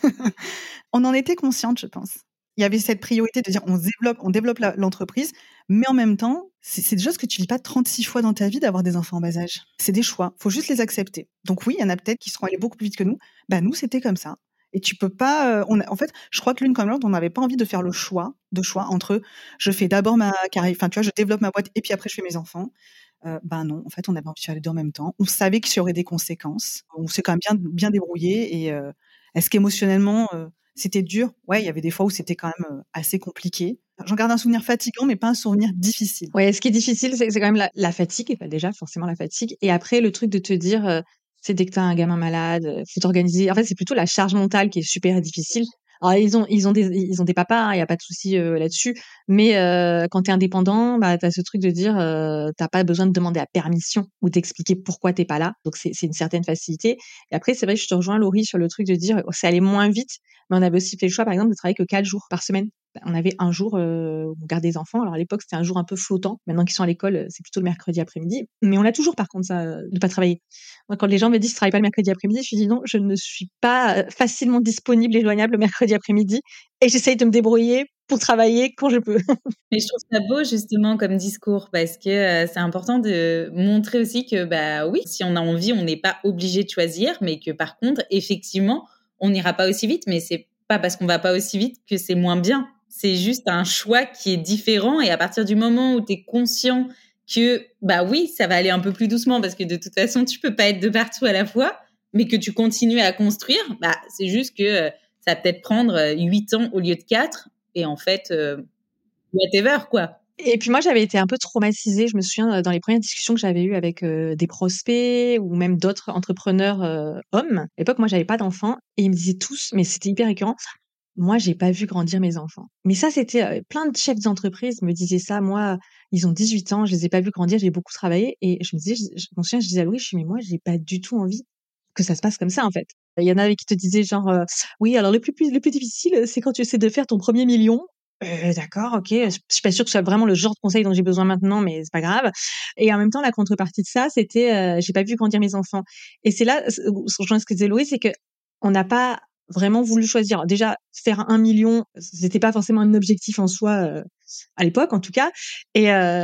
On en était consciente, je pense. Il y avait cette priorité de dire on développe l'entreprise, mais en même temps, c'est des choses que tu vis pas 36 fois dans ta vie d'avoir des enfants en bas âge. C'est des choix, faut juste les accepter. Donc oui, il y en a peut-être qui seront allés beaucoup plus vite que nous. Nous, c'était comme ça. Et tu peux pas. En fait, je crois que l'une comme l'autre, on n'avait pas envie de faire le choix entre je fais d'abord ma carrière, enfin tu vois, je développe ma boîte et puis après je fais mes enfants. Non, en fait, on avait envie de faire les deux en même temps. On savait qu'il y aurait des conséquences. On s'est quand même bien débrouillé. Et est-ce qu'émotionnellement c'était dur? Ouais, il y avait des fois où c'était quand même assez compliqué. J'en garde un souvenir fatigant, mais pas un souvenir difficile. Ouais, ce qui est difficile, c'est quand même la fatigue, et pas déjà forcément la fatigue. Et après, le truc de te dire, c'est dès que t'as un gamin malade, faut t'organiser. En fait, c'est plutôt la charge mentale qui est super difficile. Alors ils ont des papas, il y a pas de souci là-dessus. Mais quand t'es indépendant, t'as ce truc de dire, t'as pas besoin de demander la permission ou d'expliquer pourquoi t'es pas là. Donc c'est une certaine facilité. Et après, c'est vrai que je te rejoins Laurie sur le truc de dire, ça allait moins vite, mais on avait aussi fait le choix, par exemple, de travailler que 4 jours par semaine. On avait un jour où on gardait les enfants. Alors à l'époque, c'était un jour un peu flottant. Maintenant qu'ils sont à l'école, c'est plutôt le mercredi après-midi. Mais on a toujours, par contre, ça, de pas travailler. Moi, quand les gens me disent, je travaille pas le mercredi après-midi, je dis non, je ne suis pas facilement disponible et joignable le mercredi après-midi. Et j'essaye de me débrouiller pour travailler quand je peux. Mais je trouve ça beau justement comme discours parce que c'est important de montrer aussi que oui, si on a envie, on n'est pas obligé de choisir, mais que par contre, effectivement, on n'ira pas aussi vite, mais c'est pas parce qu'on va pas aussi vite que c'est moins bien. C'est juste un choix qui est différent et à partir du moment où tu es conscient que oui, ça va aller un peu plus doucement parce que de toute façon, tu peux pas être de partout à la fois, mais que tu continues à construire, c'est juste que ça va peut-être prendre 8 ans au lieu de 4 et en fait whatever, quoi. Et puis moi, j'avais été un peu traumatisée. Je me souviens dans les premières discussions que j'avais eues avec des prospects ou même d'autres entrepreneurs hommes. À l'époque, moi, j'avais pas d'enfants et ils me disaient tous, mais c'était hyper récurrent. Moi, j'ai pas vu grandir mes enfants. Mais ça, c'était plein de chefs d'entreprise me disaient ça. Moi, ils ont 18 ans, je les ai pas vus grandir, j'ai beaucoup travaillé et je me disais, je me souviens, je disais à Louis, mais moi, j'ai pas du tout envie que ça se passe comme ça, en fait. Il y en avait qui te disaient genre, oui, alors le plus difficile, c'est quand tu essaies de faire ton premier million. D'accord, ok. Je suis pas sûre que ce soit vraiment le genre de conseil dont j'ai besoin maintenant, mais c'est pas grave. Et en même temps, la contrepartie de ça, c'était, j'ai pas vu grandir mes enfants. Et c'est là, ce que disait Laurie, c'est que on n'a pas vraiment voulu choisir. Déjà, faire 1 million, c'était pas forcément un objectif en soi, à l'époque, en tout cas. Et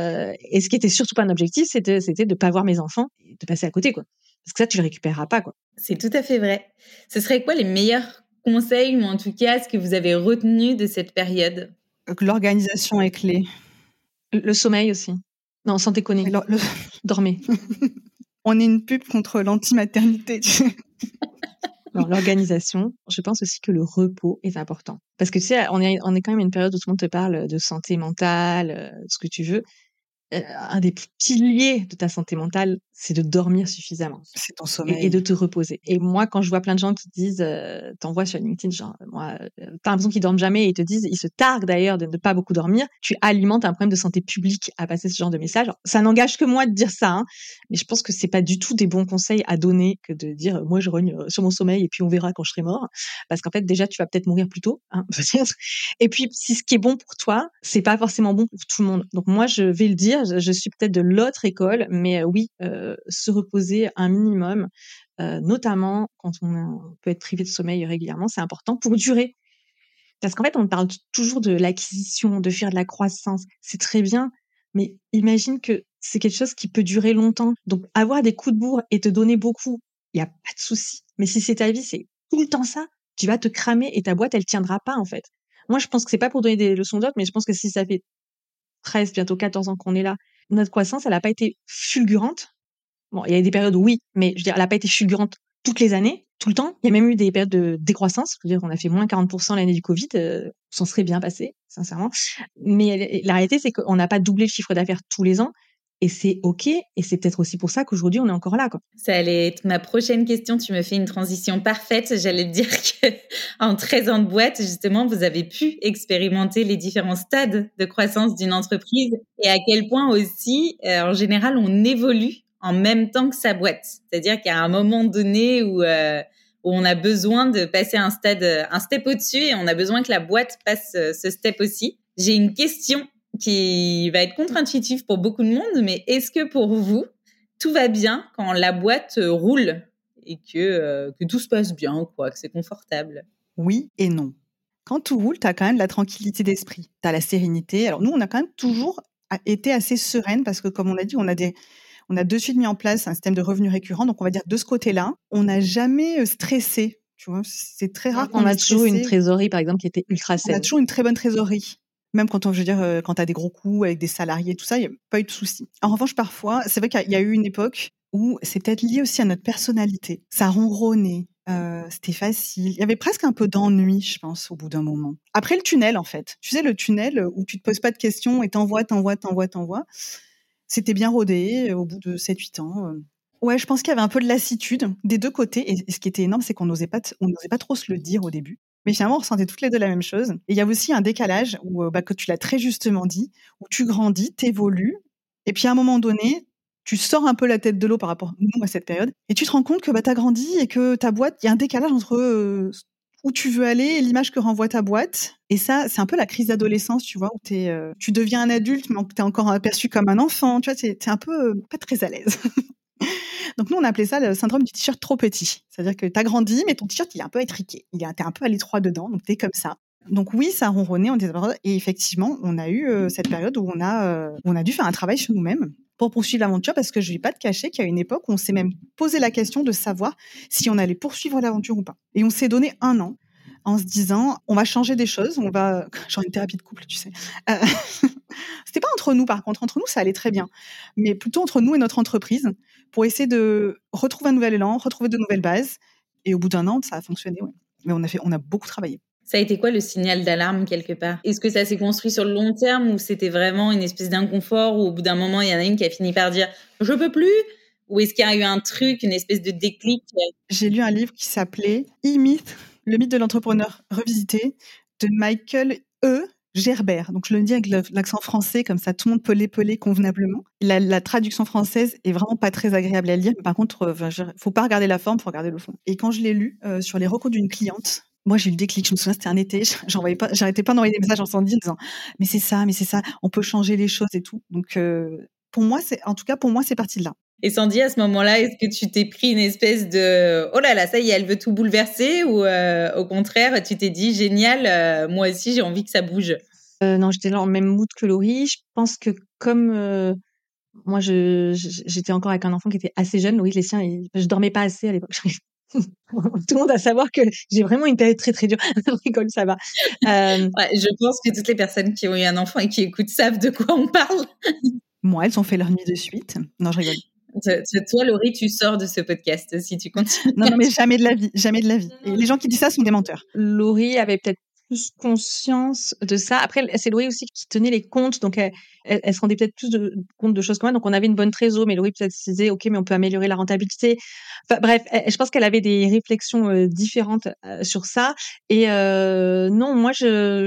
ce qui était surtout pas un objectif, c'était de pas voir mes enfants et de passer à côté, quoi. Parce que ça, tu le récupéreras pas, quoi. C'est tout à fait vrai. Ce serait quoi les meilleurs conseils ou en tout cas ce que vous avez retenu de cette période? L'organisation est clé. Le sommeil aussi. Non, sans déconner. Dormez. On est une pub contre l'anti-maternité. Non, l'organisation. Je pense aussi que le repos est important. Parce que tu sais, on est quand même à une période où tout le monde te parle de santé mentale, ce que tu veux. Un des piliers de ta santé mentale, c'est de dormir suffisamment. C'est ton sommeil. Et de te reposer. Et moi, quand je vois plein de gens qui disent, t'envoies sur LinkedIn, genre, moi, t'as l'impression qu'ils dorment jamais et ils te disent, ils se targuent d'ailleurs de ne pas beaucoup dormir, tu alimentes un problème de santé publique à passer ce genre de message. Alors, ça n'engage que moi de dire ça, hein, mais je pense que c'est pas du tout des bons conseils à donner que de dire, moi, je rogne sur mon sommeil et puis on verra quand je serai mort. Parce qu'en fait, déjà, tu vas peut-être mourir plus tôt, hein, peut-être. Et puis, si ce qui est bon pour toi, c'est pas forcément bon pour tout le monde. Donc, moi, je vais le dire, je suis peut-être de l'autre école, mais oui, se reposer un minimum, notamment quand on peut être privé de sommeil régulièrement, c'est important pour durer. Parce qu'en fait, on parle toujours de l'acquisition, de faire de la croissance. C'est très bien, mais imagine que c'est quelque chose qui peut durer longtemps. Donc, avoir des coups de bourre et te donner beaucoup, il y a pas de souci. Mais si c'est ta vie, c'est tout le temps ça, tu vas te cramer et ta boîte, elle tiendra pas, en fait. Moi, je pense que c'est pas pour donner des leçons d'autres, mais je pense que si ça fait 13, bientôt 14 ans qu'on est là, notre croissance, elle a pas été fulgurante. Bon, il y a eu des périodes où oui, mais je veux dire, elle a pas été fulgurante toutes les années, tout le temps. Il y a même eu des périodes de décroissance. Je veux dire, on a fait moins 40% l'année du Covid, on s'en serait bien passé, sincèrement. Mais la réalité, c'est qu'on n'a pas doublé le chiffre d'affaires tous les ans. Et c'est OK. Et c'est peut-être aussi pour ça qu'aujourd'hui, on est encore là, quoi. Ça allait être ma prochaine question. Tu me fais une transition parfaite. J'allais te dire que en 13 ans de boîte, justement, vous avez pu expérimenter les différents stades de croissance d'une entreprise et à quel point aussi, en général, on évolue en même temps que sa boîte. C'est-à-dire qu'il y a un moment donné où on a besoin de passer un step au-dessus et on a besoin que la boîte passe ce step aussi. J'ai une question qui va être contre-intuitive pour beaucoup de monde, mais est-ce que pour vous, tout va bien quand la boîte roule et que tout se passe bien, quoi, que c'est confortable? Oui et non. Quand tout roule, tu as quand même de la tranquillité d'esprit, tu as la sérénité. Alors nous, on a quand même toujours été assez sereine parce que comme on a dit, on a de suite mis en place un système de revenus récurrents. Donc on va dire de ce côté-là, on n'a jamais stressé. Tu vois, c'est très rare qu'on On a ait toujours stressé. une trésorerie, par exemple, qui était ultra On a saine. toujours une très bonne trésorerie. Même quand je veux dire, quand tu as des gros coûts avec des salariés, tout ça, il n'y a pas eu de souci. En revanche, parfois, c'est vrai qu'il y a eu une époque où c'est peut-être lié aussi à notre personnalité. Ça ronronnait, c'était facile. Il y avait presque un peu d'ennui, je pense, au bout d'un moment. Après le tunnel, en fait. Tu sais, le tunnel où tu te poses pas de questions et t'envoies. C'était bien rodé au bout de 7-8 ans. Ouais, je pense qu'il y avait un peu de lassitude des deux côtés. Et ce qui était énorme, c'est qu'on n'osait pas trop se le dire au début. Mais finalement, on ressentait toutes les deux la même chose. Et il y a aussi un décalage où, que tu l'as très justement dit, où tu grandis, t'évolues. Et puis à un moment donné, tu sors un peu la tête de l'eau par rapport nous à cette période. Et tu te rends compte que t'as grandi et que ta boîte, il y a un décalage entre où tu veux aller et l'image que renvoie ta boîte. Et ça, c'est un peu la crise d'adolescence, tu vois, où tu deviens un adulte, mais t'es encore perçu comme un enfant. Tu vois, t'es un peu pas très à l'aise. Donc nous, on appelait ça le syndrome du t-shirt trop petit. C'est-à-dire que t'as grandi, mais ton t-shirt, il est un peu étriqué. T'es un peu à l'étroit dedans, donc t'es comme ça. Donc oui, ça ronronnait, et effectivement, on a eu cette période où on a dû faire un travail sur nous-mêmes pour poursuivre l'aventure, parce que je vais pas te cacher qu'il y a une époque où on s'est même posé la question de savoir si on allait poursuivre l'aventure ou pas. Et on s'est donné 1 an en se disant, on va changer des choses, genre une thérapie de couple, tu sais. C'était pas entre nous, par contre. Entre nous, ça allait très bien. Mais plutôt entre nous et notre entreprise, pour essayer de retrouver un nouvel élan, retrouver de nouvelles bases. Et au bout d'1 an, ça a fonctionné, ouais. Mais on a beaucoup travaillé. Ça a été quoi le signal d'alarme quelque part? Est-ce que ça s'est construit sur le long terme ou c'était vraiment une espèce d'inconfort où au bout d'un moment, il y en a une qui a fini par dire « je peux plus » ou est-ce qu'il y a eu un truc, une espèce de déclic? J'ai lu un livre qui s'appelait « E-Myth, le mythe de l'entrepreneur revisité » de Michael E. Gerber. Donc, je le dis avec l'accent français, comme ça, tout le monde peut l'épeler convenablement. La traduction française est vraiment pas très agréable à lire. Mais par contre, faut pas regarder la forme, faut regarder le fond. Et quand je l'ai lu sur les recos d'une cliente, moi, j'ai eu le déclic. Je me souviens, c'était un été. J'arrêtais pas d'envoyer des messages en disant, mais c'est ça, on peut changer les choses et tout. Donc, pour moi, c'est parti de là. Et Sandy, à ce moment-là, est-ce que tu t'es pris une espèce de « oh là là, ça y est, elle veut tout bouleverser » ou au contraire, tu t'es dit « génial, moi aussi, j'ai envie que ça bouge ». Non, j'étais dans le même mood que Laurie. Je pense que comme moi, j'étais encore avec un enfant qui était assez jeune, Louis, les siens, je dormais pas assez à l'époque. Tout le monde à savoir que j'ai vraiment une période très très dure. Je rigole, ça va. Ouais, je pense que toutes les personnes qui ont eu un enfant et qui écoutent savent de quoi on parle. Moi, elles ont fait leur nuit de suite. Non, je rigole. Toi, Laurie, tu sors de ce podcast si tu continues. Non, mais jamais de la vie, jamais de la vie. Et les gens qui disent ça sont des menteurs. Laurie avait peut-être plus conscience de ça. Après, c'est Laurie aussi qui tenait les comptes, donc elle se rendait peut-être plus compte de choses comme ça. Donc on avait une bonne trésor, mais Laurie peut-être se disait, ok, mais on peut améliorer la rentabilité. Enfin, bref, je pense qu'elle avait des réflexions différentes sur ça. Et non, moi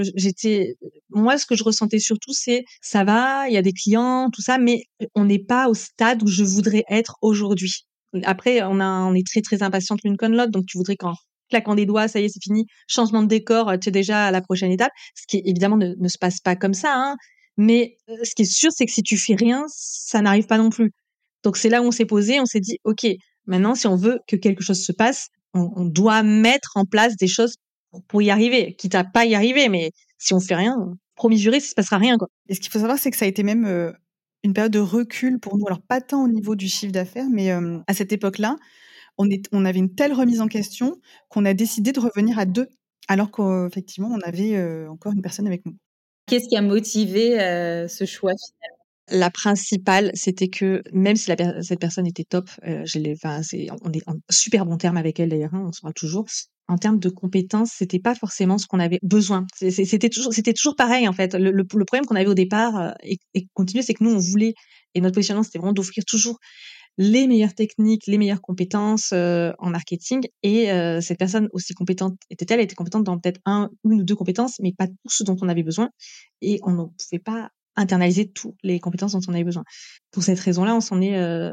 ce que je ressentais surtout, c'est ça va, il y a des clients, tout ça, mais on n'est pas au stade où je voudrais être aujourd'hui. Après, on est très très impatiente l'une contre l'autre, donc tu voudrais qu'en claquant des doigts, ça y est, c'est fini, changement de décor, tu es déjà à la prochaine étape. Ce qui évidemment ne se passe pas comme ça, hein. Mais ce qui est sûr, c'est que si tu fais rien, ça n'arrive pas non plus. Donc c'est là où on s'est posé, on s'est dit, ok, maintenant si on veut que quelque chose se passe, on doit mettre en place des choses pour y arriver, quitte à pas y arriver. Mais si on fait rien, promis juré, ça se passera rien, quoi. Et ce qu'il faut savoir, c'est que ça a été même une période de recul pour nous. Alors pas tant au niveau du chiffre d'affaires, mais à cette époque-là, on avait une telle remise en question qu'on a décidé de revenir à 2, alors qu'effectivement, on avait encore une personne avec nous. Qu'est-ce qui a motivé ce choix finalement? La principale, c'était que même si cette personne était top, on est en super bon terme avec elle d'ailleurs, hein, on se parle toujours. En termes de compétences, c'était pas forcément ce qu'on avait besoin. C'était toujours pareil en fait. Le problème qu'on avait au départ et continue, c'est que nous on voulait, et notre positionnement c'était vraiment d'offrir toujours les meilleures techniques, les meilleures compétences en marketing. Et cette personne aussi compétente était-elle, elle était compétente dans peut-être une ou deux compétences, mais pas tout ce dont on avait besoin. Et on ne pouvait pas internaliser toutes les compétences dont on avait besoin. Pour cette raison-là, on s'en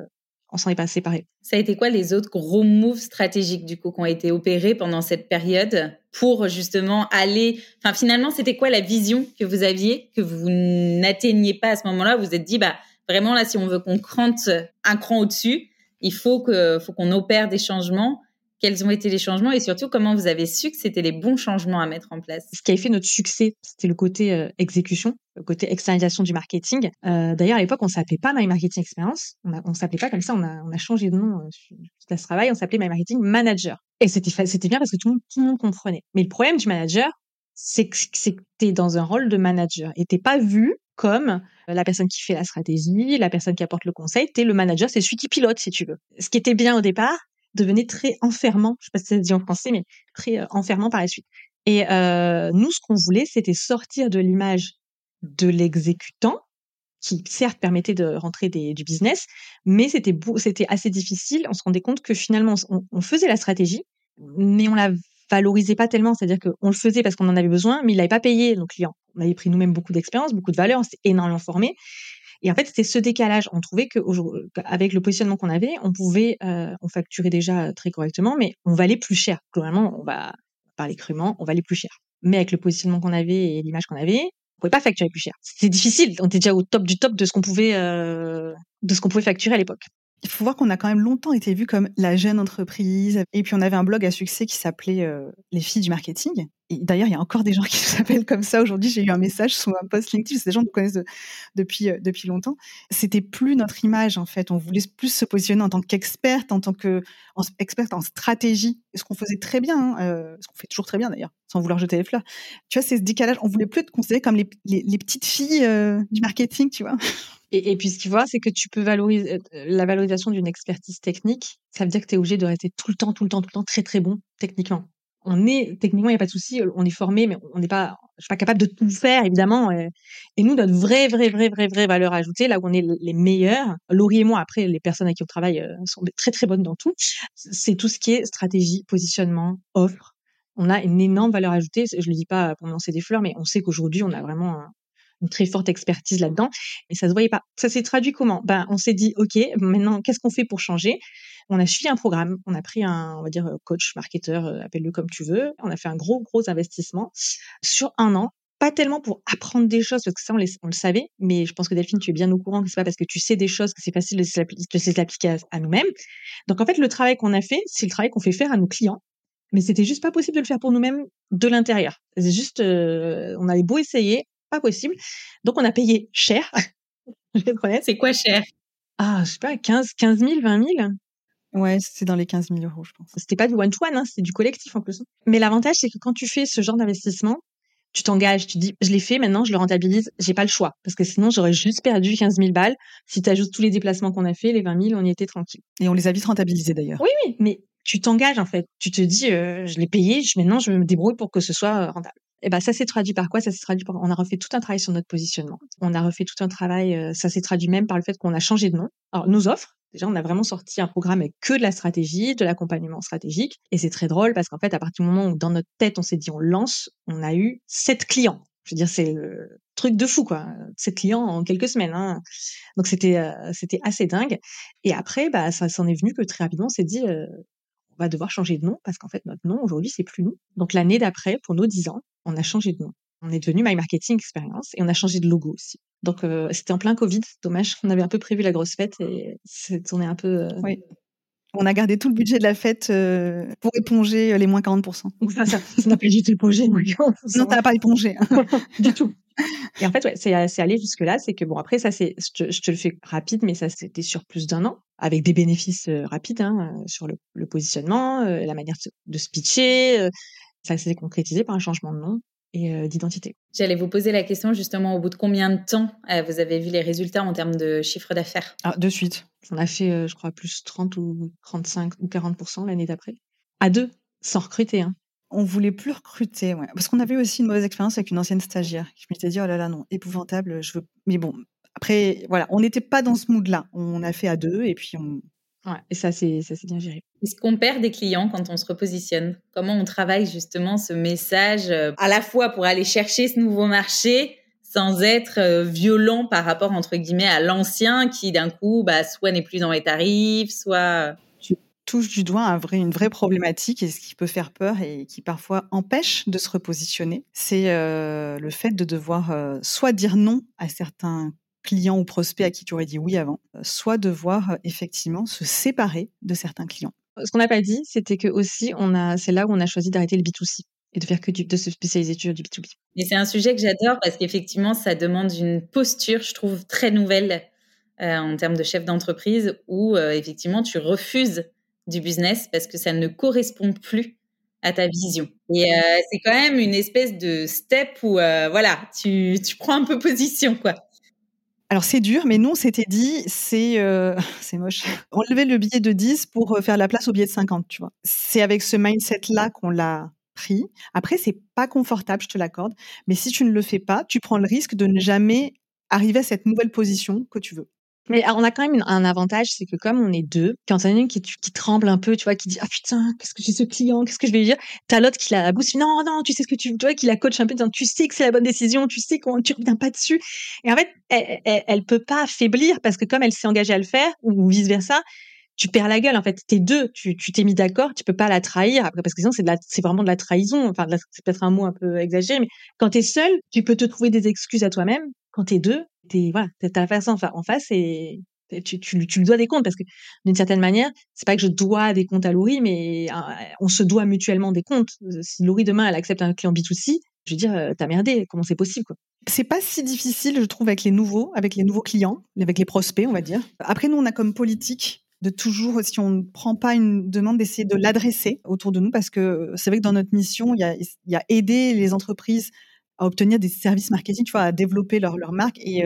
est pas séparés. Ça a été quoi les autres gros moves stratégiques du coup qui ont été opérés pendant cette période pour justement aller... Enfin, finalement, c'était quoi la vision que vous aviez, que vous n'atteigniez pas à ce moment-là? Vous vous êtes dit, bah, vraiment là, si on veut qu'on crante un cran au-dessus, il faut qu'on opère des changements. Quels ont été les changements et surtout, comment vous avez su que c'était les bons changements à mettre en place? Ce qui avait fait notre succès, c'était le côté exécution, le côté externalisation du marketing. D'ailleurs, à l'époque, on s'appelait pas My Marketing Experience. On s'appelait pas comme ça. On a changé de nom suite à ce travail. On s'appelait My Marketing Manager. Et c'était bien parce que tout le monde comprenait. Mais le problème du manager, c'est que t'es dans un rôle de manager et t'es pas vu comme la personne qui fait la stratégie, la personne qui apporte le conseil. T'es le manager, c'est celui qui pilote, si tu veux. Ce qui était bien au départ devenait très enfermant. Je sais pas si ça se dit en français, mais très enfermant par la suite. Et nous, ce qu'on voulait, c'était sortir de l'image de l'exécutant, qui certes permettait de rentrer du business, mais c'était assez difficile. On se rendait compte que finalement, on faisait la stratégie, mais on la valorisait pas tellement. C'est-à-dire qu'on le faisait parce qu'on en avait besoin, mais il l'avait pas payé nos clients. On avait pris nous-mêmes beaucoup d'expérience, beaucoup de valeur, on s'était énormément formé. Et en fait, c'était ce décalage. On trouvait qu'avec le positionnement qu'on avait, on facturait déjà très correctement, mais on valait plus cher. Globalement, on va parler crûment, on valait plus cher. Mais avec le positionnement qu'on avait et l'image qu'on avait, on pouvait pas facturer plus cher. C'est difficile. On était déjà au top du top de ce qu'on pouvait facturer à l'époque. Il faut voir qu'on a quand même longtemps été vu comme la jeune entreprise. Et puis, on avait un blog à succès qui s'appelait Les filles du marketing. Et d'ailleurs, il y a encore des gens qui s'appellent comme ça aujourd'hui. J'ai eu un message sous un post LinkedIn. C'est des gens qui nous connaissent depuis longtemps. C'était plus notre image, en fait. On voulait plus se positionner en tant qu'experte, experte en stratégie. Ce qu'on faisait très bien, ce qu'on fait toujours très bien d'ailleurs, sans vouloir jeter les fleurs. Tu vois, c'est ce décalage. On voulait plus être considérés comme les petites filles du marketing, tu vois. Et puis, ce qu'il faut voir, c'est que tu peux valoriser la valorisation d'une expertise technique. Ça veut dire que tu es obligé de rester tout le temps très, très bon techniquement. Techniquement, il n'y a pas de souci, on est formé, mais je suis pas capable de tout faire, évidemment. Et nous, notre vraie valeur ajoutée, là où on est les meilleurs, Laurie et moi, après, les personnes avec qui on travaille sont très, très bonnes dans tout, c'est tout ce qui est stratégie, positionnement, offre. On a une énorme valeur ajoutée. Je le dis pas pour me lancer des fleurs, mais on sait qu'aujourd'hui, on a vraiment une très forte expertise là-dedans. Et ça se voyait pas. Ça s'est traduit comment? On s'est dit, OK, maintenant, qu'est-ce qu'on fait pour changer? On a suivi un programme. On a pris on va dire, coach, marketeur, appelle-le comme tu veux. On a fait un gros investissement sur 1 an. Pas tellement pour apprendre des choses, parce que ça, on le savait. Mais je pense que Delphine, tu es bien au courant que c'est pas parce que tu sais des choses que c'est facile de se les appliquer à nous-mêmes. Donc, en fait, le travail qu'on a fait, c'est le travail qu'on fait faire à nos clients. Mais c'était juste pas possible de le faire pour nous-mêmes de l'intérieur. C'est juste, on avait beau essayer, pas possible. Donc, on a payé cher. Je vais être honnête. C'est quoi cher? Je sais pas, 15 000, 20 000. Ouais, c'est dans les 15 000 euros, je pense. C'était pas du one-to-one, hein, c'était du collectif en plus. Mais l'avantage, c'est que quand tu fais ce genre d'investissement, tu t'engages, tu dis, je l'ai fait, maintenant, je le rentabilise, j'ai pas le choix. Parce que sinon, j'aurais juste perdu 15 000 balles. Si tu ajoutes tous les déplacements qu'on a fait, les 20 000, on y était tranquille. Et on les a vite rentabilisés d'ailleurs. Oui, oui, mais tu t'engages, en fait. Tu te dis, je l'ai payé, maintenant, je me débrouille pour que ce soit rentable. Et ben, ça s'est traduit par quoi? Ça s'est traduit par, on a refait tout un travail sur notre positionnement. On a refait tout un travail, ça s'est traduit même par le fait qu'on a changé de nom. Alors, nos offres, déjà, on a vraiment sorti un programme avec que de la stratégie, de l'accompagnement stratégique. Et c'est très drôle parce qu'en fait, à partir du moment où dans notre tête, on s'est dit, on lance, on a eu 7 clients. Je veux dire, c'est le truc de fou, quoi. 7 clients en quelques semaines, hein. Donc, c'était assez dingue. Et après, bah, ça s'en est venu que très rapidement, on s'est dit, on va devoir changer de nom parce qu'en fait, notre nom, aujourd'hui, c'est plus nous. Donc, l'année d'après, pour nos 10 ans, on a changé de nom. On est devenu My Marketing Experience et on a changé de logo aussi. Donc, c'était en plein Covid. Dommage. On avait un peu prévu la grosse fête et on est un peu, Oui. On a gardé tout le budget de la fête pour éponger les moins 40%. ça n'a pas du tout épongé. Non, t'as pas épongé. Du tout. Et en fait, ouais, c'est allé jusque-là. C'est que bon, après, ça, je te le fais rapide, mais ça, c'était sur plus d'1 an, avec des bénéfices rapides sur le positionnement, la manière de se pitcher. Ça s'est concrétisé par un changement de nom et d'identité. J'allais vous poser la question justement, au bout de combien de temps vous avez vu les résultats en termes de chiffre d'affaires? Ah, de suite. On a fait, je crois, plus 30 ou 35 ou 40% l'année d'après. À 2, sans recruter. Hein. On voulait plus recruter, ouais. Parce qu'on avait aussi une mauvaise expérience avec une ancienne stagiaire qui m'était dit, oh là là, non, épouvantable, je veux. Mais bon, après, voilà, on n'était pas dans ce mood-là. On a fait à 2 et puis on. Ouais, et ça s'est bien géré. Est-ce qu'on perd des clients quand on se repositionne? Comment on travaille justement ce message à la fois pour aller chercher ce nouveau marché sans être violent par rapport, entre guillemets, à l'ancien qui, d'un coup, soit n'est plus dans les tarifs, soit... Tu touches du doigt une vraie problématique et ce qui peut faire peur et qui parfois empêche de se repositionner, c'est le fait de devoir soit dire non à certains clients ou prospects à qui tu aurais dit oui avant, soit devoir effectivement se séparer de certains clients. Ce qu'on n'a pas dit, c'était que aussi, c'est là où on a choisi d'arrêter le B2C et de faire de se spécialiser sur du B2B. Et c'est un sujet que j'adore parce qu'effectivement, ça demande une posture, je trouve, très nouvelle en termes de chef d'entreprise où effectivement, tu refuses du business parce que ça ne correspond plus à ta vision. Et c'est quand même une espèce de step où, voilà, tu prends un peu position, quoi. Alors c'est dur, mais nous on s'était dit, c'est moche. Enlever le billet de 10 pour faire la place au billet de 50, tu vois. C'est avec ce mindset-là qu'on l'a pris. Après, c'est pas confortable, je te l'accorde, mais si tu ne le fais pas, tu prends le risque de ne jamais arriver à cette nouvelle position que tu veux. Mais on a quand même un avantage, c'est que comme on est 2, quand il y en a une qui tremble un peu, tu vois, qui dit ah putain, qu'est-ce que j'ai ce client, qu'est-ce que je vais lui dire, t'as l'autre qui la booste, non non, tu sais ce que tu vois, qui la coach un peu, disant tu sais que c'est la bonne décision, tu sais qu'on tu reviens pas dessus. Et en fait, elle peut pas faiblir parce que comme elle s'est engagée à le faire ou vice versa, tu perds la gueule. En fait, t'es 2, tu t'es mis d'accord, tu peux pas la trahir après parce que sinon c'est vraiment de la trahison. Enfin, c'est peut-être un mot un peu exagéré, mais quand t'es seul, tu peux te trouver des excuses à toi-même. Quand t'es 2, t'as la personne en face et tu lui dois des comptes parce que d'une certaine manière, c'est pas que je dois des comptes à Laurie, mais on se doit mutuellement des comptes. Si Laurie demain elle accepte un client B2C, je veux dire, t'as merdé, comment c'est possible, quoi. C'est pas si difficile, je trouve, avec les nouveaux clients, avec les prospects, on va dire. Après, nous, on a comme politique de toujours, si on ne prend pas une demande, d'essayer de l'adresser autour de nous, parce que c'est vrai que dans notre mission, il y a aider les entreprises à obtenir des services marketing, tu vois, à développer leur marque. Et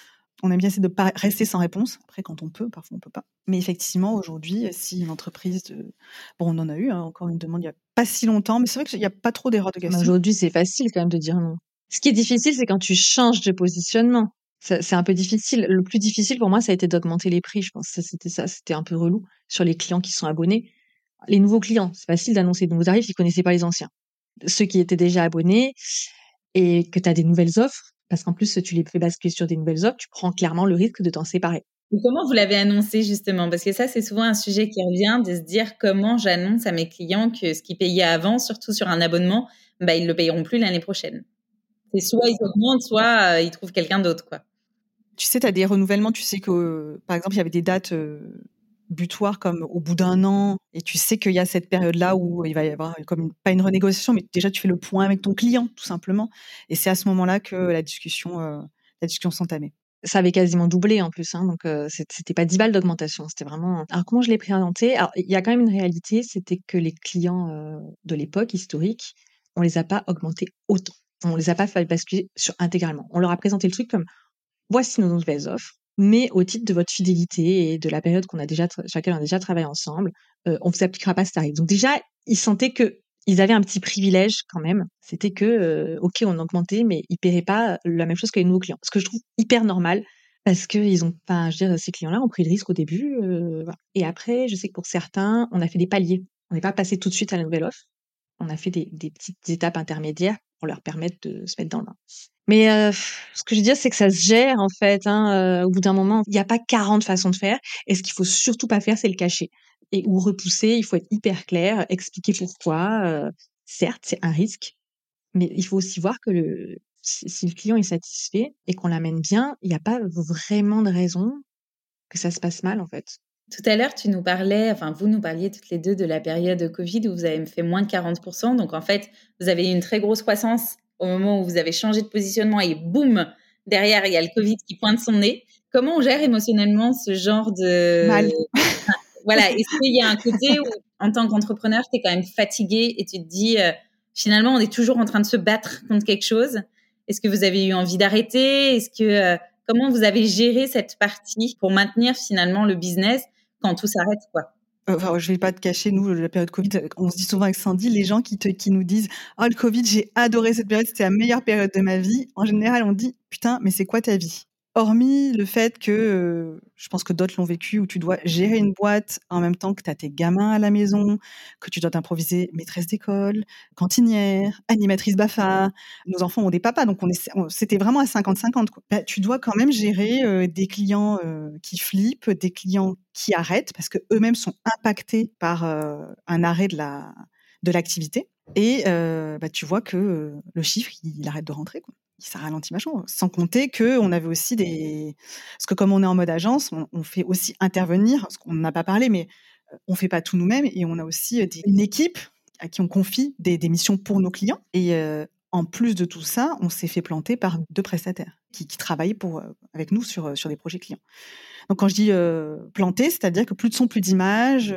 on aime bien essayer de ne pas rester sans réponse. Après, quand on peut, parfois on peut pas. Mais effectivement, aujourd'hui, si une entreprise Bon, on en a eu encore une demande il y a pas si longtemps, mais c'est vrai qu'il n'y a pas trop d'erreurs de casting. Aujourd'hui, c'est facile quand même de dire non. Ce qui est difficile, c'est quand tu changes de positionnement. C'est un peu difficile. Le plus difficile pour moi, ça a été d'augmenter les prix, je pense. C'était un peu relou sur les clients qui sont abonnés. Les nouveaux clients, c'est facile d'annoncer de nouveaux tarifs, ils connaissaient pas les anciens. Ceux qui étaient déjà abonnés et que tu as des nouvelles offres, parce qu'en plus, tu les fais basculer sur des nouvelles offres, tu prends clairement le risque de t'en séparer. Et comment vous l'avez annoncé justement? Parce que ça, c'est souvent un sujet qui revient, de se dire comment j'annonce à mes clients que ce qu'ils payaient avant, surtout sur un abonnement, ils le payeront plus l'année prochaine. C'est soit ils augmentent, soit ils trouvent quelqu'un d'autre, quoi. Tu sais, tu as des renouvellements, tu sais que, par exemple, il y avait des dates butoirs comme au bout d'1 an, et tu sais qu'il y a cette période-là où il va y avoir pas une renégociation, mais déjà tu fais le point avec ton client, tout simplement. Et c'est à ce moment-là que la discussion s'entamait. Ça avait quasiment doublé en plus, donc c'était pas 10 balles d'augmentation, c'était vraiment. Alors comment je l'ai présenté? Alors il y a quand même une réalité, c'était que les clients de l'époque historique, on les a pas augmentés autant. On les a pas fait basculer intégralement. On leur a présenté le truc comme voici nos nouvelles offres, mais au titre de votre fidélité et de la période qu'on a déjà sur laquelle on a déjà travaillé ensemble, on vous appliquera pas ce tarif. Donc déjà, ils sentaient que ils avaient un petit privilège quand même. C'était que ok, on augmentait, mais ils paieraient pas la même chose que les nouveaux clients. Ce que je trouve hyper normal parce que ils ont, enfin, je veux dire, ces clients-là ont pris le risque au début. Voilà. Et après, je sais que pour certains, on a fait des paliers. On n'est pas passé tout de suite à la nouvelle offre. On a fait des petites étapes intermédiaires pour leur permettre de se mettre dans le bain. Mais ce que je veux dire, c'est que ça se gère en fait. Au bout d'un moment, il n'y a pas 40 façons de faire. Et ce qu'il faut surtout pas faire, c'est le cacher ou repousser. Il faut être hyper clair, expliquer pourquoi. Certes, c'est un risque, mais il faut aussi voir que si le client est satisfait et qu'on l'amène bien, il n'y a pas vraiment de raison que ça se passe mal en fait. Tout à l'heure, tu nous parlais, enfin, vous nous parliez toutes les deux de la période Covid où vous avez fait moins de 40%. Donc, en fait, vous avez eu une très grosse croissance au moment où vous avez changé de positionnement et boum, derrière, il y a le Covid qui pointe son nez. Comment on gère émotionnellement ce genre de... Mal. Voilà. Est-ce qu'il y a un côté où, en tant qu'entrepreneur, tu es quand même fatigué et tu te dis, finalement, on est toujours en train de se battre contre quelque chose. Est-ce que vous avez eu envie d'arrêter? Comment vous avez géré cette partie pour maintenir finalement le business quand tout s'arrête, quoi? Enfin, je vais pas te cacher, nous, la période Covid, on se dit souvent avec Sandy, les gens qui nous disent « Oh, le Covid, j'ai adoré cette période, c'était la meilleure période de ma vie ». En général, on dit « Putain, mais c'est quoi ta vie ?» Hormis le fait que, je pense que d'autres l'ont vécu, où tu dois gérer une boîte en même temps que tu as tes gamins à la maison, que tu dois t'improviser maîtresse d'école, cantinière, animatrice BAFA. Nos enfants ont des papas, donc c'était vraiment à 50-50, quoi. Bah, tu dois quand même gérer des clients qui flippent, des clients qui arrêtent, parce que eux-mêmes sont impactés par un arrêt de l'activité. Et bah, tu vois que le chiffre, il arrête de rentrer, quoi. Ça ralentit vachement. Sans compter qu'on avait aussi parce que comme on est en mode agence, on fait aussi intervenir, parce qu'on n'a pas parlé, mais on fait pas tout nous-mêmes, et on a aussi une équipe à qui on confie des missions pour nos clients. Et en plus de tout ça, on s'est fait planter par 2 prestataires qui travaillaient avec nous sur des projets clients. Donc quand je dis planter, c'est-à-dire que plus de son, plus d'image.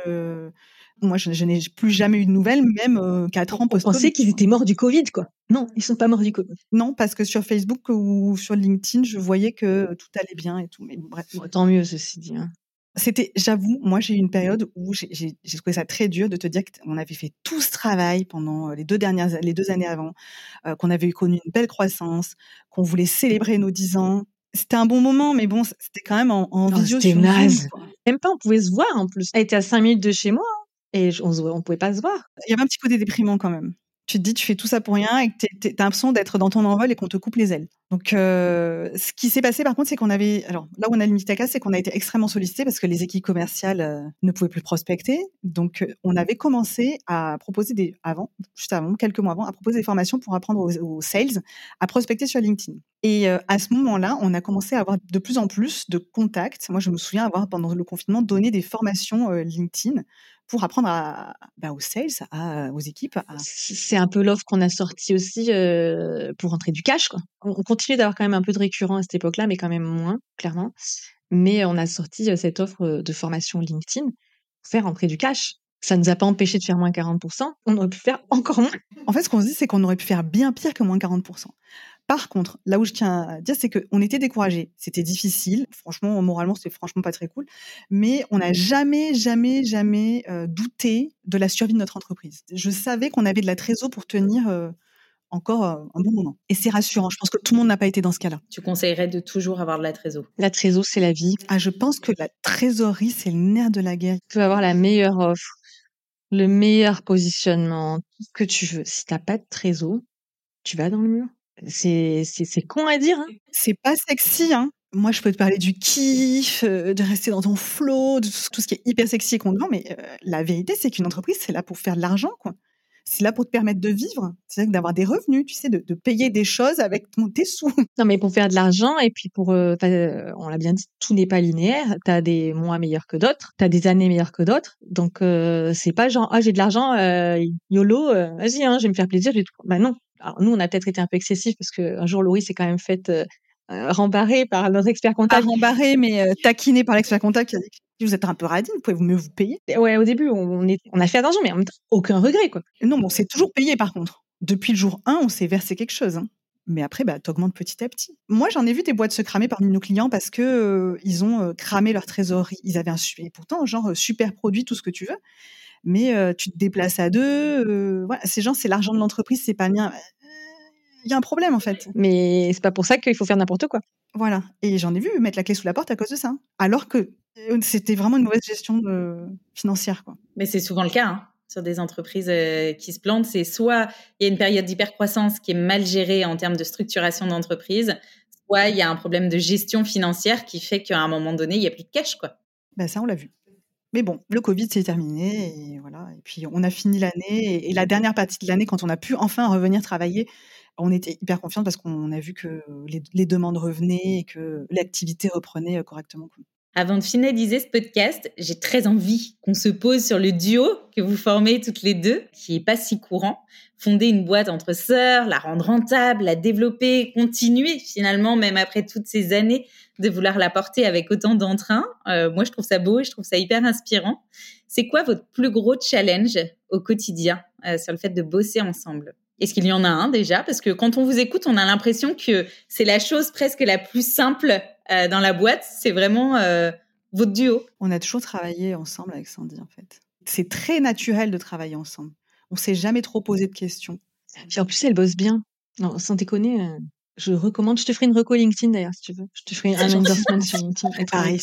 Moi, je n'ai plus jamais eu de nouvelles, même 4 ans post-Covid. On pensait qu'ils étaient morts du Covid, quoi. Non, ils sont pas morts du Covid. Non, parce que sur Facebook ou sur LinkedIn, je voyais que tout allait bien et tout. Mais bref. Bon, tant mieux, ceci dit. J'avoue, moi, j'ai eu une période où j'ai trouvé ça très dur de te dire qu'on avait fait tout ce travail pendant les 2 années avant, qu'on avait connu une belle croissance, qu'on voulait célébrer nos 10 ans. C'était un bon moment, mais bon, c'était quand même en visio C'était sur naze. Zoom, quoi. Même pas, on pouvait se voir en plus. Elle était à 5 minutes de chez moi et on pouvait pas se voir. Il y avait un petit côté déprimant quand même. Tu te dis, tu fais tout ça pour rien et que t'as l'impression d'être dans ton envol et qu'on te coupe les ailes. Donc, ce qui s'est passé par contre, c'est alors là où on a limité à cas, c'est qu'on a été extrêmement sollicité parce que les équipes commerciales ne pouvaient plus prospecter. Donc, on avait commencé à proposer quelques mois avant, à proposer des formations pour apprendre aux sales à prospecter sur LinkedIn. Et à ce moment-là, on a commencé à avoir de plus en plus de contacts. Moi, je me souviens avoir, pendant le confinement, donné des formations LinkedIn pour apprendre aux sales, aux équipes. C'est un peu l'offre qu'on a sortie aussi pour rentrer du cash, quoi. On continuait d'avoir quand même un peu de récurrent à cette époque-là, mais quand même moins, clairement. Mais on a sorti cette offre de formation LinkedIn pour faire rentrer du cash. Ça ne nous a pas empêché de faire moins 40%. On aurait pu faire encore moins. En fait, ce qu'on se dit, c'est qu'on aurait pu faire bien pire que moins 40%. Par contre, là où je tiens à dire, c'est qu'on était découragés. C'était difficile. Franchement, moralement, c'était franchement pas très cool. Mais on n'a jamais douté de la survie de notre entreprise. Je savais qu'on avait de la trésor pour tenir encore un bon moment. Et c'est rassurant. Je pense que tout le monde n'a pas été dans ce cas-là. Tu conseillerais de toujours avoir de la trésor? La trésor, c'est la vie. Ah, je pense que la trésorerie, c'est le nerf de la guerre. Tu peux avoir la meilleure offre, le meilleur positionnement, tout ce que tu veux. Si t'as pas de trésor, tu vas dans le mur. C'est con à dire, hein. C'est pas sexy, hein. Moi, je peux te parler du kiff, de rester dans ton flow, de tout ce qui est hyper sexy et qu'on vend, mais la vérité, c'est qu'une entreprise, c'est là pour faire de l'argent, quoi. C'est là pour te permettre de vivre, c'est d'avoir des revenus, tu sais, de payer des choses avec tes sous. Non, mais pour faire de l'argent et puis on l'a bien dit, tout n'est pas linéaire. T'as des mois meilleurs que d'autres, t'as des années meilleures que d'autres. Donc c'est pas genre j'ai de l'argent, YOLO, vas-y, hein, je vais me faire plaisir. Bah non. Alors nous, on a peut-être été un peu excessifs parce que un jour Laurie s'est quand même faite rembarrer par notre expert comptable. Pas rembarrer, mais taquiner par l'expert comptable qui a dit que vous êtes un peu radine, pouvez mieux vous payer. Ouais, au début, on a fait attention, mais en même temps, aucun regret, quoi. Non, mais on s'est toujours payé par contre. depuis le jour 1, on s'est versé quelque chose. Hein. Mais après, t'augmentes petit à petit. Moi, j'en ai vu des boîtes se cramer parmi nos clients parce que ils ont cramé leur trésorerie. Ils avaient et pourtant, genre, super produit, tout ce que tu veux. Mais tu te déplaces à deux. Voilà, c'est l'argent de l'entreprise, c'est pas le mien. Il y a un problème, en fait. Mais c'est pas pour ça qu'il faut faire n'importe quoi. Voilà. Et j'en ai vu mettre la clé sous la porte à cause de ça. Alors que c'était vraiment une mauvaise gestion financière, quoi. Mais c'est souvent le cas, hein, sur des entreprises qui se plantent. C'est soit il y a une période d'hypercroissance qui est mal gérée en termes de structuration d'entreprise, soit il y a un problème de gestion financière qui fait qu'à un moment donné, il n'y a plus de cash, quoi. Ça, on l'a vu. Mais bon, le Covid, c'est terminé. Et voilà. Et puis, on a fini l'année. Et la dernière partie de l'année, quand on a pu enfin revenir travailler, on était hyper confiants parce qu'on a vu que les demandes revenaient et que l'activité reprenait correctement. Avant de finaliser ce podcast, j'ai très envie qu'on se pose sur le duo que vous formez toutes les deux, qui est pas si courant. Fonder une boîte entre sœurs, la rendre rentable, la développer, continuer finalement, même après toutes ces années, de vouloir la porter avec autant d'entrain. Moi, je trouve ça beau et je trouve ça hyper inspirant. C'est quoi votre plus gros challenge au quotidien sur le fait de bosser ensemble ? Est-ce qu'il y en a un déjà ? Parce que quand on vous écoute, on a l'impression que c'est la chose presque la plus simple dans la boîte. C'est vraiment votre duo. On a toujours travaillé ensemble avec Sandy, en fait. C'est très naturel de travailler ensemble. On s'est jamais trop posé de questions. Puis en plus, elle bosse bien. Non, sans déconner, je recommande. Je te ferai une reco LinkedIn d'ailleurs, si tu veux. Je te ferai un endorsement sur LinkedIn. Pareil.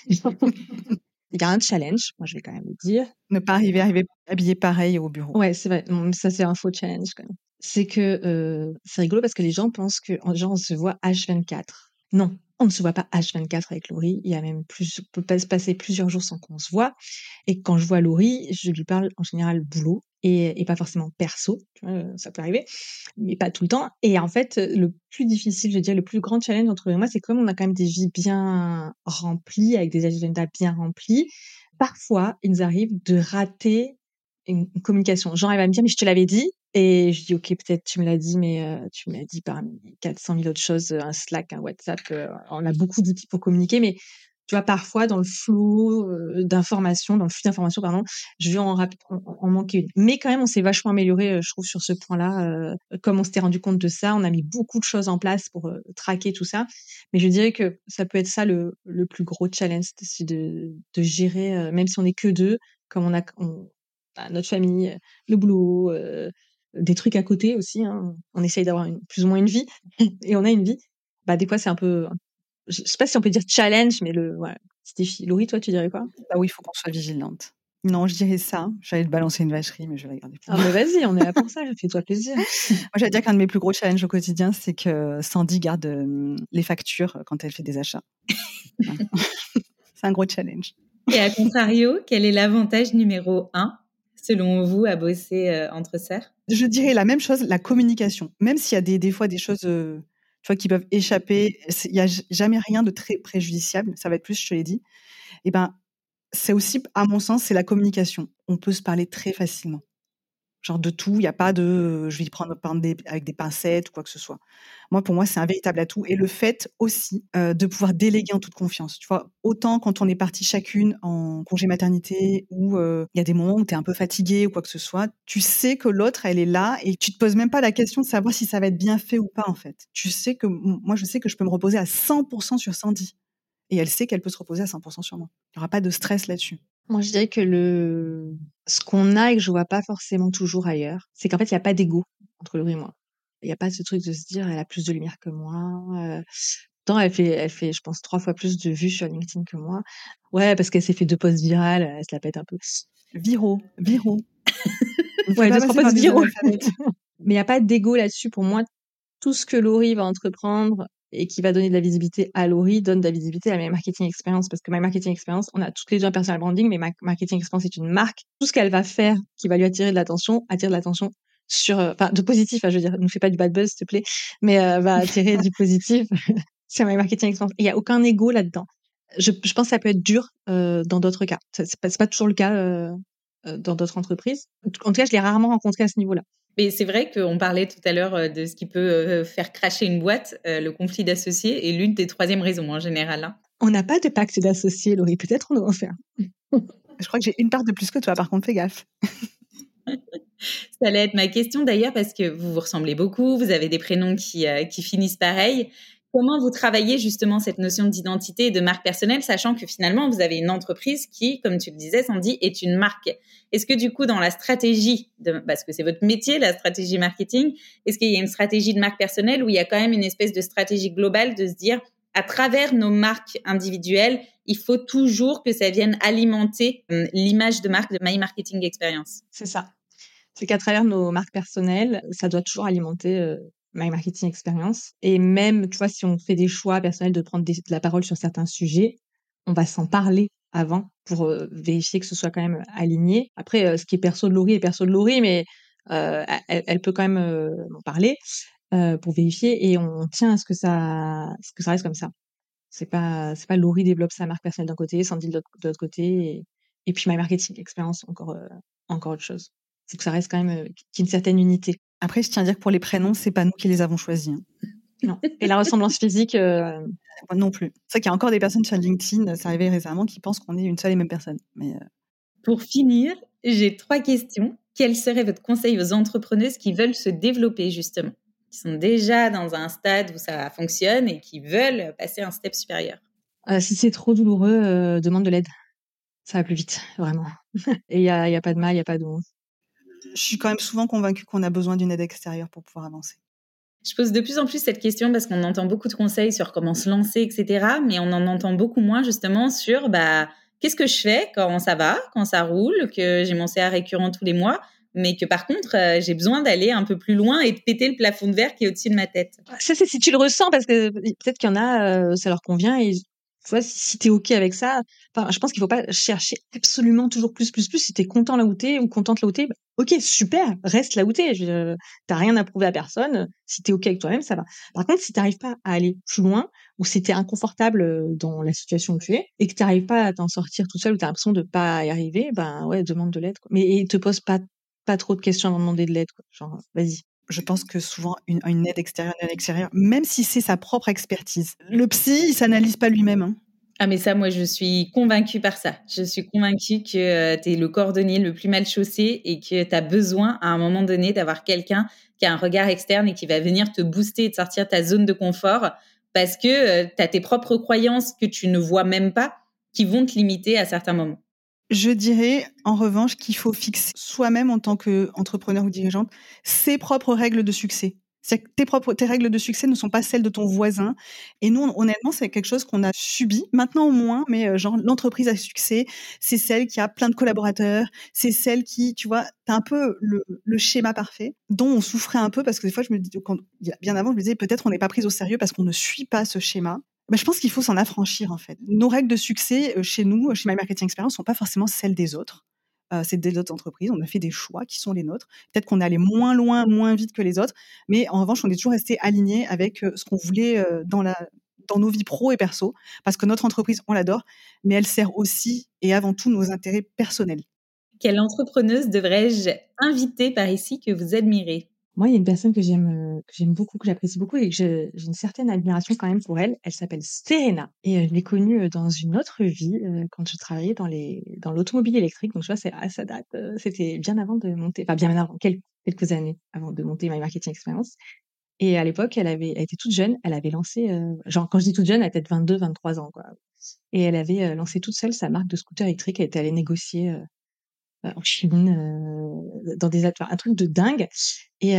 Il y a un challenge, moi je vais quand même le dire. Ne pas arriver habillé pareil au bureau. Ouais, c'est vrai. Ça, c'est un faux challenge quand même. C'est que c'est rigolo parce que les gens pensent que on se voit H24. Non, on ne se voit pas H24 avec Laurie. Il y a même on peut pas se passer plusieurs jours sans qu'on se voit. Et quand je vois Laurie, je lui parle en général boulot et pas forcément perso. Tu vois, ça peut arriver, mais pas tout le temps. Et en fait, le plus difficile, je veux dire, le plus grand challenge entre eux et moi, c'est comme on a quand même des vies bien remplies, avec des agendas bien remplis. Parfois, il nous arrive de rater une communication. Genre, elle va me dire, mais je te l'avais dit. Et je dis, ok, peut-être tu me l'as dit, mais tu me l'as dit parmi 400 000 autres choses, un Slack, un WhatsApp, on a beaucoup d'outils pour communiquer, mais tu vois, parfois, dans le flou d'informations, dans le flux d'informations, pardon, je vais en manquer une. Mais quand même, on s'est vachement amélioré, je trouve, sur ce point-là. Comme on s'était rendu compte de ça, on a mis beaucoup de choses en place pour traquer tout ça. Mais je dirais que ça peut être ça le plus gros challenge, c'est de gérer, même si on n'est que deux, comme notre famille, le boulot, des trucs à côté aussi. Hein. On essaye d'avoir plus ou moins une vie, et on a une vie. Des fois, c'est un peu... Je sais pas si on peut dire challenge, mais voilà, petit défi. Laurie, toi, tu dirais quoi ? Oui, il faut qu'on soit vigilante. Non, je dirais ça. J'allais te balancer une vacherie, mais je vais la garder pour moi. Mais vas-y, on est là pour ça. Fais-toi plaisir. Moi, j'allais dire qu'un de mes plus gros challenges au quotidien, c'est que Sandy garde les factures quand elle fait des achats. C'est un gros challenge. Et à contrario, quel est l'avantage numéro 1 selon vous à bosser entre sœurs ? Je dirais la même chose, la communication. Même s'il y a des fois des choses tu vois, qui peuvent échapper, il n'y a jamais rien de très préjudiciable. Ça va être plus, je te l'ai dit. Et c'est aussi, à mon sens, c'est la communication. On peut se parler très facilement. Genre de tout, il n'y a pas de je vais y prendre avec des pincettes ou quoi que ce soit. Pour moi, c'est un véritable atout. Et le fait aussi de pouvoir déléguer en toute confiance. Tu vois, autant quand on est partie chacune en congé maternité ou il y a des moments où tu es un peu fatiguée ou quoi que ce soit, tu sais que l'autre, elle est là et tu te poses même pas la question de savoir si ça va être bien fait ou pas, en fait. Moi, je sais que je peux me reposer à 100% sur Sandy. Et elle sait qu'elle peut se reposer à 100% sur moi. Il n'y aura pas de stress là-dessus. Moi, je dirais que ce qu'on a et que je vois pas forcément toujours ailleurs, c'est qu'en fait, il n'y a pas d'ego entre Laurie et moi. Il n'y a pas ce truc de se dire, elle a plus de lumière que moi. Pourtant, elle fait, je pense, 3 fois plus de vues sur LinkedIn que moi. Ouais, parce qu'elle s'est fait 2 posts virales, elle se la pète un peu. Viraux. Ouais, 2-3 posts viraux. Mais il n'y a pas d'ego là-dessus. Pour moi, tout ce que Laurie va entreprendre et qui va donner de la visibilité à Laurie donne de la visibilité à My Marketing Experience, parce que My Marketing Experience, on a toutes les deux un personal branding, mais My Marketing Experience est une marque. Tout ce qu'elle va faire qui va lui attire de l'attention sur, de positif, je veux dire, ne fais pas du bad buzz, s'il te plaît, mais va attirer du positif sur My Marketing Experience. Il n'y a aucun ego là-dedans. Je pense que ça peut être dur dans d'autres cas. C'est pas toujours le cas dans d'autres entreprises. En tout cas, je l'ai rarement rencontré à ce niveau-là. Mais c'est vrai qu'on parlait tout à l'heure de ce qui peut faire crasher une boîte, le conflit d'associés est l'une des 3e raisons en général. Hein. On n'a pas de pacte d'associés, Laurie. Peut-être on doit en faire. Je crois que j'ai une part de plus que toi, par contre, fais gaffe. Ça allait être ma question d'ailleurs parce que vous vous ressemblez beaucoup, vous avez des prénoms qui finissent pareil. Comment vous travaillez justement cette notion d'identité et de marque personnelle, sachant que finalement vous avez une entreprise qui, comme tu le disais, Sandy, est une marque. Est-ce que du coup dans la stratégie, parce que c'est votre métier, la stratégie marketing, est-ce qu'il y a une stratégie de marque personnelle où il y a quand même une espèce de stratégie globale de se dire à travers nos marques individuelles, il faut toujours que ça vienne alimenter l'image de marque de My Marketing Experience. C'est ça. C'est qu'à travers nos marques personnelles, ça doit toujours alimenter My Marketing Experience. Et même, tu vois, si on fait des choix personnels de prendre de la parole sur certains sujets, on va s'en parler avant pour vérifier que ce soit quand même aligné. Après, ce qui est perso de Laurie est perso de Laurie, mais elle peut quand même m'en parler pour vérifier et on tient à ce que ça reste comme ça. C'est pas Laurie développe sa marque personnelle d'un côté, Sandy de l'autre côté, et puis My Marketing Experience encore autre chose. C'est que ça reste quand même qu'il y ait une certaine unité. Après, je tiens à dire que pour les prénoms, c'est pas nous qui les avons choisis. Non. Et la ressemblance physique, Moi non plus. C'est vrai qu'il y a encore des personnes sur LinkedIn, c'est arrivé récemment, qui pensent qu'on est une seule et même personne. Mais Pour finir, j'ai 3 questions. Quel serait votre conseil aux entrepreneuses qui veulent se développer justement, qui sont déjà dans un stade où ça fonctionne et qui veulent passer un step supérieur? si c'est trop douloureux, demande de l'aide. Ça va plus vite, vraiment. Et il y a pas de mal, il y a pas de honte. je suis quand même souvent convaincue qu'on a besoin d'une aide extérieure pour pouvoir avancer. Je pose de plus en plus cette question parce qu'on entend beaucoup de conseils sur comment se lancer, etc. Mais on en entend beaucoup moins justement sur qu'est-ce que je fais quand ça va, quand ça roule, que j'ai mon CA récurrent tous les mois, mais que par contre, j'ai besoin d'aller un peu plus loin et de péter le plafond de verre qui est au-dessus de ma tête. Ça, c'est si tu le ressens, parce que peut-être qu'il y en a, ça leur convient et tu vois, si t'es OK avec ça, enfin, je pense qu'il faut pas chercher absolument toujours plus. Si t'es content là où t'es ou contente là où t'es, bah, OK, super, reste là où t'es. T'as rien à prouver à personne. Si t'es OK avec toi-même, ça va. Par contre, si t'arrives pas à aller plus loin ou si t'es inconfortable dans la situation où tu es et que t'arrives pas à t'en sortir tout seul ou t'as l'impression de pas y arriver, ben ouais, demande de l'aide, quoi. Mais et te pose pas trop de questions avant de demander de l'aide, quoi. Genre, vas-y. Je pense que souvent, une aide extérieure, même si c'est sa propre expertise. Le psy, il s'analyse pas lui-même. Hein. Ah mais ça, moi, je suis convaincue par ça. Je suis convaincue que tu es le cordonnier le plus mal chaussé et que tu as besoin, à un moment donné, d'avoir quelqu'un qui a un regard externe et qui va venir te booster et te sortir de ta zone de confort parce que tu as tes propres croyances que tu ne vois même pas qui vont te limiter à certains moments. Je dirais, en revanche, qu'il faut fixer soi-même en tant qu'entrepreneur ou dirigeante ses propres règles de succès. C'est-à-dire que tes règles de succès ne sont pas celles de ton voisin. Et nous, honnêtement, c'est quelque chose qu'on a subi. Maintenant, au moins, mais genre, l'entreprise à succès, c'est celle qui a plein de collaborateurs. C'est celle qui, tu vois, t'as un peu le schéma parfait dont on souffrait un peu parce que des fois, bien avant, je me disais, peut-être on n'est pas prise au sérieux parce qu'on ne suit pas ce schéma. Ben, je pense qu'il faut s'en affranchir, en fait. Nos règles de succès, chez nous, chez My Marketing Experience, sont pas forcément celles des autres. C'est des autres entreprises. On a fait des choix qui sont les nôtres. Peut-être qu'on est allé moins loin, moins vite que les autres. Mais en revanche, on est toujours resté aligné avec ce qu'on voulait dans nos vies pro et perso. Parce que notre entreprise, on l'adore, mais elle sert aussi et avant tout nos intérêts personnels. Quelle entrepreneuse devrais-je inviter par ici que vous admirez? Moi, il y a une personne que j'aime beaucoup, que j'apprécie beaucoup et que j'ai une certaine admiration quand même pour elle. Elle s'appelle Serena et je l'ai connue dans une autre vie quand je travaillais dans l'automobile électrique. Donc, tu vois, ça date. C'était bien avant de monter, enfin bien avant, quelques années avant de monter My Marketing Experience. Et à l'époque, elle était toute jeune. Elle avait lancé, genre quand je dis toute jeune, elle a peut-être 22, 23 ans, quoi. Et elle avait lancé toute seule sa marque de scooter électrique. Elle était allée négocier en Chine, dans un truc de dingue. Et,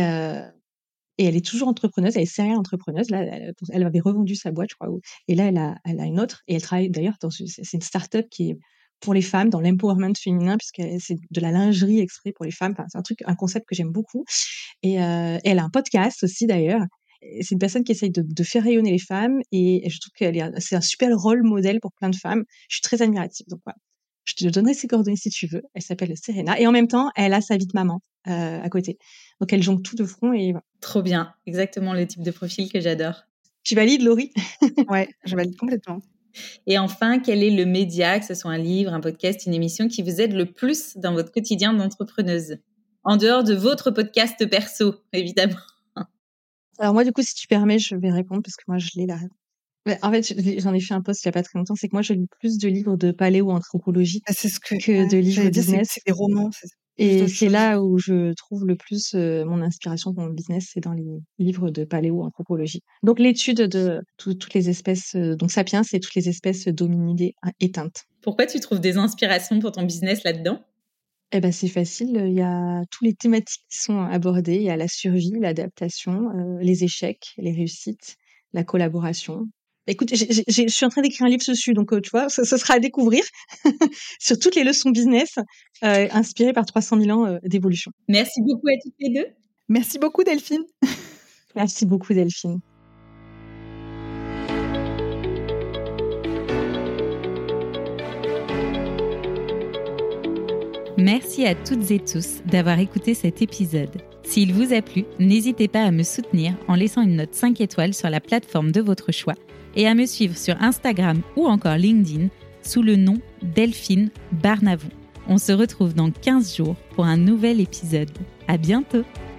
et elle est toujours entrepreneuse, elle est serial entrepreneuse. Là, elle avait revendu sa boîte, je crois. Et là, elle a une autre. Et elle travaille d'ailleurs c'est une start-up qui est pour les femmes, dans l'empowerment féminin, puisque c'est de la lingerie exprès pour les femmes. Enfin, c'est un concept que j'aime beaucoup. Et elle a un podcast aussi d'ailleurs. Et c'est une personne qui essaye de faire rayonner les femmes. Et je trouve c'est un super rôle modèle pour plein de femmes. Je suis très admirative. Donc voilà. Je te donnerai ses coordonnées si tu veux. Elle s'appelle Serena. Et en même temps, elle a sa vie de maman à côté. Donc, elle jongle tout de front et voilà. Trop bien. Exactement le type de profil que j'adore. Tu valides, Laurie? Ouais, je valide complètement. Et enfin, quel est le média, que ce soit un livre, un podcast, une émission, qui vous aide le plus dans votre quotidien d'entrepreneuse? En dehors de votre podcast perso, évidemment. Alors moi, du coup, si tu permets, je vais répondre parce que moi, je l'ai là. En fait, j'en ai fait un post il y a pas très longtemps. C'est que moi, je lis plus de livres de paléo-anthropologie C'est ce que de livres dire, business. c'est des romans. Et d'autres c'est choses. là où je trouve le plus mon inspiration pour mon business, c'est dans les livres de paléoanthropologie. Donc l'étude de toutes les espèces, donc sapiens et toutes les espèces d'hominidés éteintes. Pourquoi tu trouves des inspirations pour ton business là-dedans? Eh ben c'est facile, il y a tous les thématiques qui sont abordées. Il y a la survie, l'adaptation, les échecs, les réussites, la collaboration. Écoute, je suis en train d'écrire un livre dessus, donc tu vois, ce sera à découvrir sur toutes les leçons business inspirées par 300 000 ans d'évolution. Merci beaucoup à toutes les deux. Merci beaucoup, Delphine. Merci beaucoup, Delphine. Merci à toutes et tous d'avoir écouté cet épisode. S'il vous a plu, n'hésitez pas à me soutenir en laissant une note 5 étoiles sur la plateforme de votre choix et à me suivre sur Instagram ou encore LinkedIn sous le nom Delphine Barnavon. On se retrouve dans 15 jours pour un nouvel épisode. À bientôt!